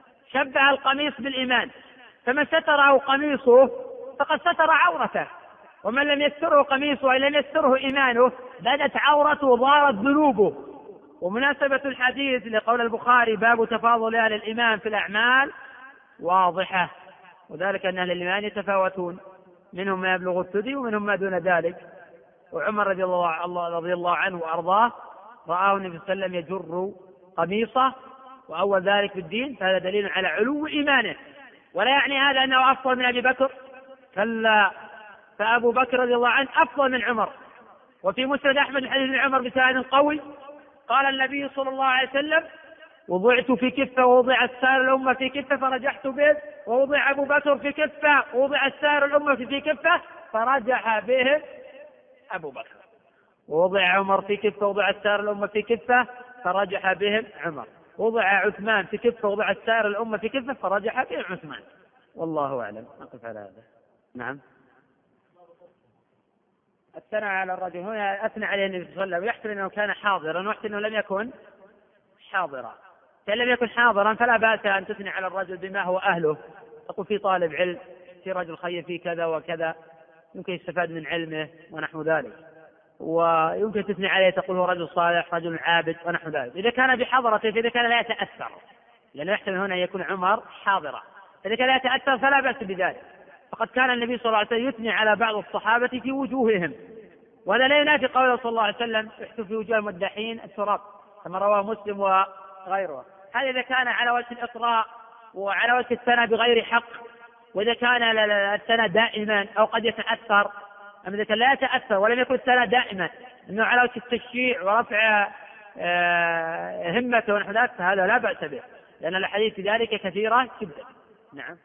شبه القميص بالإيمان، فمن ستره قميصه فقد ستر عورته، ومن لم يستره قميصه أي لم يستره إيمانه بدت عورته وظهرت ذنوبه. ومناسبة الحديث لقول البخاري باب تفاضل أهل الإيمان في الأعمال واضحة، وذلك أن أهل الإيمان يتفاوتون، منهم ما يبلغ الثدي ومنهم ما دون ذلك. وعمر رضي الله عنه وأرضاه رآه النبي صلى الله عليه وسلم يجر قميصه وأول ذلك في الدين، فهذا دليل على علو إيمانه. ولا يعني هذا أنه أفضل من أبي بكر، كلا، فأبو بكر رضي الله عنه أفضل من عمر. وفي مسند أحمد من حديث عمر بسند قوي قال النبي صلى الله عليه وسلم: وضعت في كفة ووضع السائر الأمة في كفة فرجحت به، ووضع أبو بكر في كفة ووضع السائر الأمة في كفة فرجح به أبو بكر، ووضع عمر في كفة ووضع السائر الأمة في كفة فرجح بهم عمر، ووضع عثمان في كفة ووضع السائر الأمة في كفة فرجح بهم عثمان. والله أعلم. نقف على هذا. نعم. الثناء على الرجل هنا أثنى عليه النبي صلى الله عليه وسلم، ويحتمل أنه كان حاضرا ويحتمل أنه لم يكن حاضرا. فإن لم يكن حاضرا فلا بأس أن تثني على الرجل بما هو أهله، تقول في طالب علم، في رجل خير، في كذا وكذا، يمكن يستفاد من علمه ونحو ذلك، ويمكن تثني عليه تقول هو رجل صالح، رجل عابد ونحو ذلك. إذا كان بحضرته فإذا كان لا يتأثر، لأنه يحتمل هنا أن يكون عمر حاضرا، إذا كان لا يتأثر فلا بأس بذلك. فقد كان النبي صلى الله عليه وسلم يثني على بعض الصحابة في وجوههم، وهذا لا ينافي قوله صلى الله عليه وسلم: احتوا في وجوه المدحين التراب، كما رواه مسلم وغيره. هذا إذا كان على وجه الإطراء وعلى وجه الثناء بغير حق، وإذا كان الثناء دائما أو قد يتأثر، أما إذا كان لا يتأثر ولم يكن الثناء دائما أنه على وجه التشجيع ورفع همته ونحو ذلك، هذا لا بأس به، لأن الأحاديث في ذلك كثيرة جدا. نعم.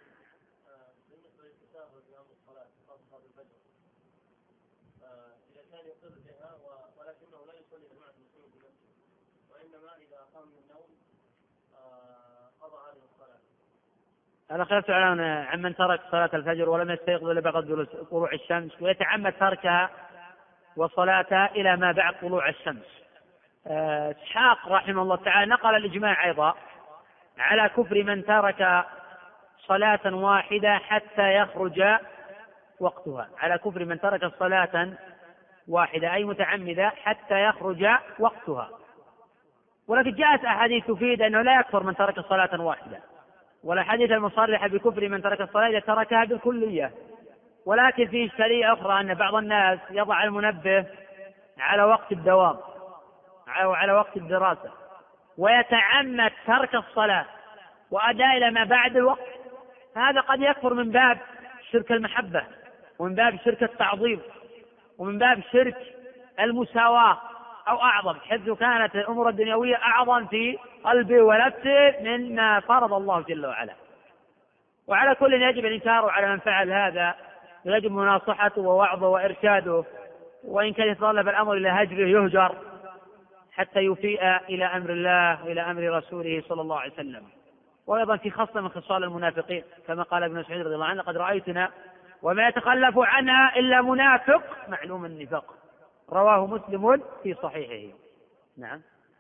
أنا خلفت عن من ترك صلاة الفجر ولم يستيقظ إلا بعد طلوع الشمس ويتعمد تركها وصلاتها إلى ما بعد طلوع الشمس. إسحاق رحمه الله تعالى نقل الإجماع أيضا على كفر من ترك صلاة واحدة حتى يخرج وقتها، على كفر من ترك صلاة واحدة أي متعمدة حتى يخرج وقتها. ولكن جاءت أحاديث تفيد أنه لا يكفر من ترك صلاة واحدة، والأحاديث المصرحة بكفر من ترك الصلاة إذا تركها بالكلية. ولكن في إشكالية أخرى، أن بعض الناس يضع المنبه على وقت الدوام أو على وقت الدراسة ويتعمد ترك الصلاة وأداء إلى ما بعد الوقت، هذا قد يكفر من باب شرك المحبة ومن باب شرك التعظيم ومن باب شرك المساواة أو أعظم، حيث كانت الأمور الدنيوية أعظم في قلبه ونفسه مما فرض الله جل وعلا. وعلى كل يجب الإنكار على من فعل هذا، يجب مناصحته ووعظه وإرشاده، وإن كان يتطلب الأمر إلى هجره يهجر حتى يفيء إلى أمر الله وإلى أمر رسوله صلى الله عليه وسلم. وأيضا في خصلة من خصال المنافقين كما قال ابن مسعود رضي الله عنه: لقد رأيتنا وما يتخلف عنها إلا منافق معلوم النفاق، رواه مسلم في صحيحه. نعم.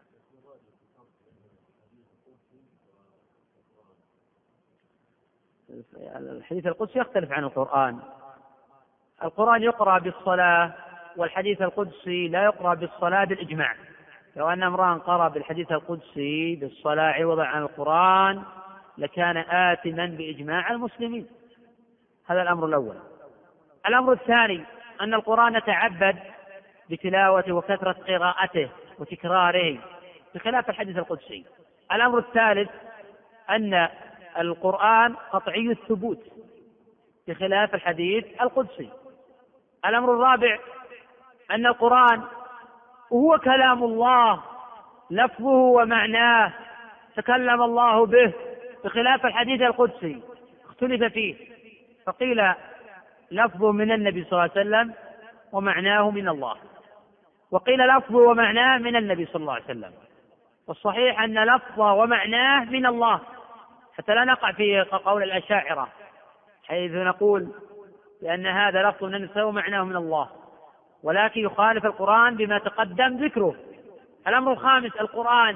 الحديث القدسي يختلف عن القرآن. القرآن يقرأ بالصلاة، والحديث القدسي لا يقرأ بالصلاة بالإجماع. لو أن امرأ قرأ بالحديث القدسي بالصلاة عوضا عن القرآن لكان آثما بإجماع المسلمين. هذا الأمر الأول. الأمر الثاني أن القرآن نتعبد بتلاوته وكثرة قراءته وتكراره بخلاف الحديث القدسي. الأمر الثالث أن القرآن قطعي الثبوت بخلاف الحديث القدسي. الأمر الرابع أن القرآن هو كلام الله لفظه ومعناه، تكلم الله به بخلاف الحديث القدسي اختلف فيه، فقيل لفظه من النبي صلى الله عليه وسلم ومعناه من الله، وقيل لفظه ومعناه من النبي صلى الله عليه وسلم. والصحيح أن لفظه ومعناه من الله، حتى لا نقع في قول الأشاعرة حيث نقول بأن هذا لفظ من النبي ومعناه من الله، ولكن يخالف القرآن بما تقدم ذكره. الأمر الخامس: القرآن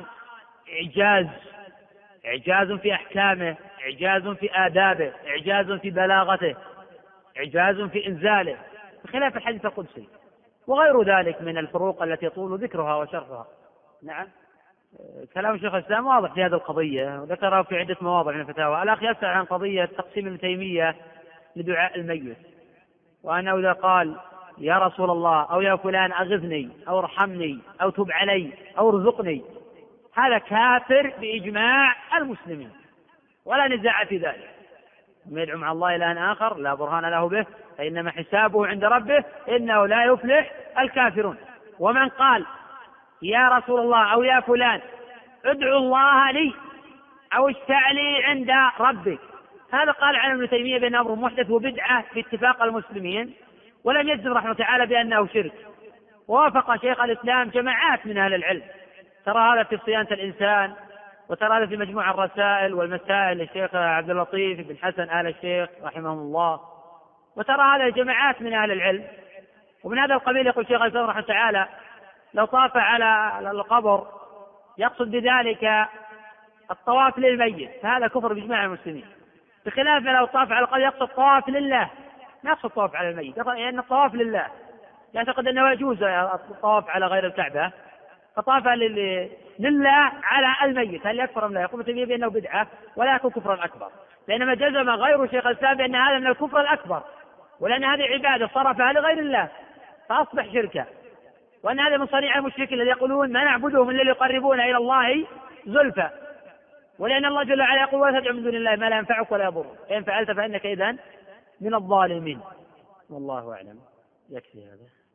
إعجاز في أحكامه، إعجاز في آدابه، إعجاز في بلاغته، إعجاز في إنزاله بخلاف الحديث القدسي وغير ذلك من الفروق التي يطول ذكرها وشرحها. نعم. كلام شيخ الإسلام واضح في هذه القضية وذكره في عدة مواضع من الفتاوى. الأخ يسأل عن قضية تقسيم ابن تيمية لدعاء الميت، وأنه إذا قال يا رسول الله أو يا فلان أغثني أو ارحمني أو تب علي أو ارزقني، هذا كافر بإجماع المسلمين ولا نزاع في ذلك. من يدعو مع الله إلها آخر لا برهان له به فإنما حسابه عند ربه إنه لا يفلح الكافرون. ومن قال يا رسول الله أو يا فلان ادعو الله لي أو اشفع لي عند ربك، هذا قال عن ابن تيمية بأنه أمر محدث وبدعة باتفاق المسلمين، ولم يجزم رحمه تعالى بأنه شرك. ووافق شيخ الإسلام جماعات من أهل العلم، ترى هذا في صيانة الإنسان، وترى هذا في مجموع الرسائل والمسائل للشيخ عبد اللطيف بن حسن آل الشيخ رحمهم الله، وترى هذا جماعات من أهل العلم. ومن هذا القبيل يقول شيخ الإسلام رحمه تعالى لو طاف على القبر يقصد بذلك الطواف للميت فهذا كفر بإجماع المسلمين، بخلاف لو طاف على القبر يقصد طواف لله، ما يقصد طواف على الميت، لأن الطواف لله يعتقد أنه يجوز الطواف على غير الكعبة، فطاف لله على الميت، هل يكفر أم لا؟ يقول تيمية بأنه بدعة ولا يكون كفرا أكبر، لأنما جزم غير شيخ الإسلام بأن هذا من الكفر الأكبر، ولأن هذه عبادة صرفها لغير الله فأصبح شركا، وأن هذا من صنيع المشركين الذين يقولون ما نعبدهم إلا ليقربونا إلى الله زلفى. ولأن الله جل وعلا يقول ولا تدعو من دون الله ما لا ينفعك ولا يضرك، فإن فعلت فإنك إذن من الظالمين. والله أعلم. يكفي هذا.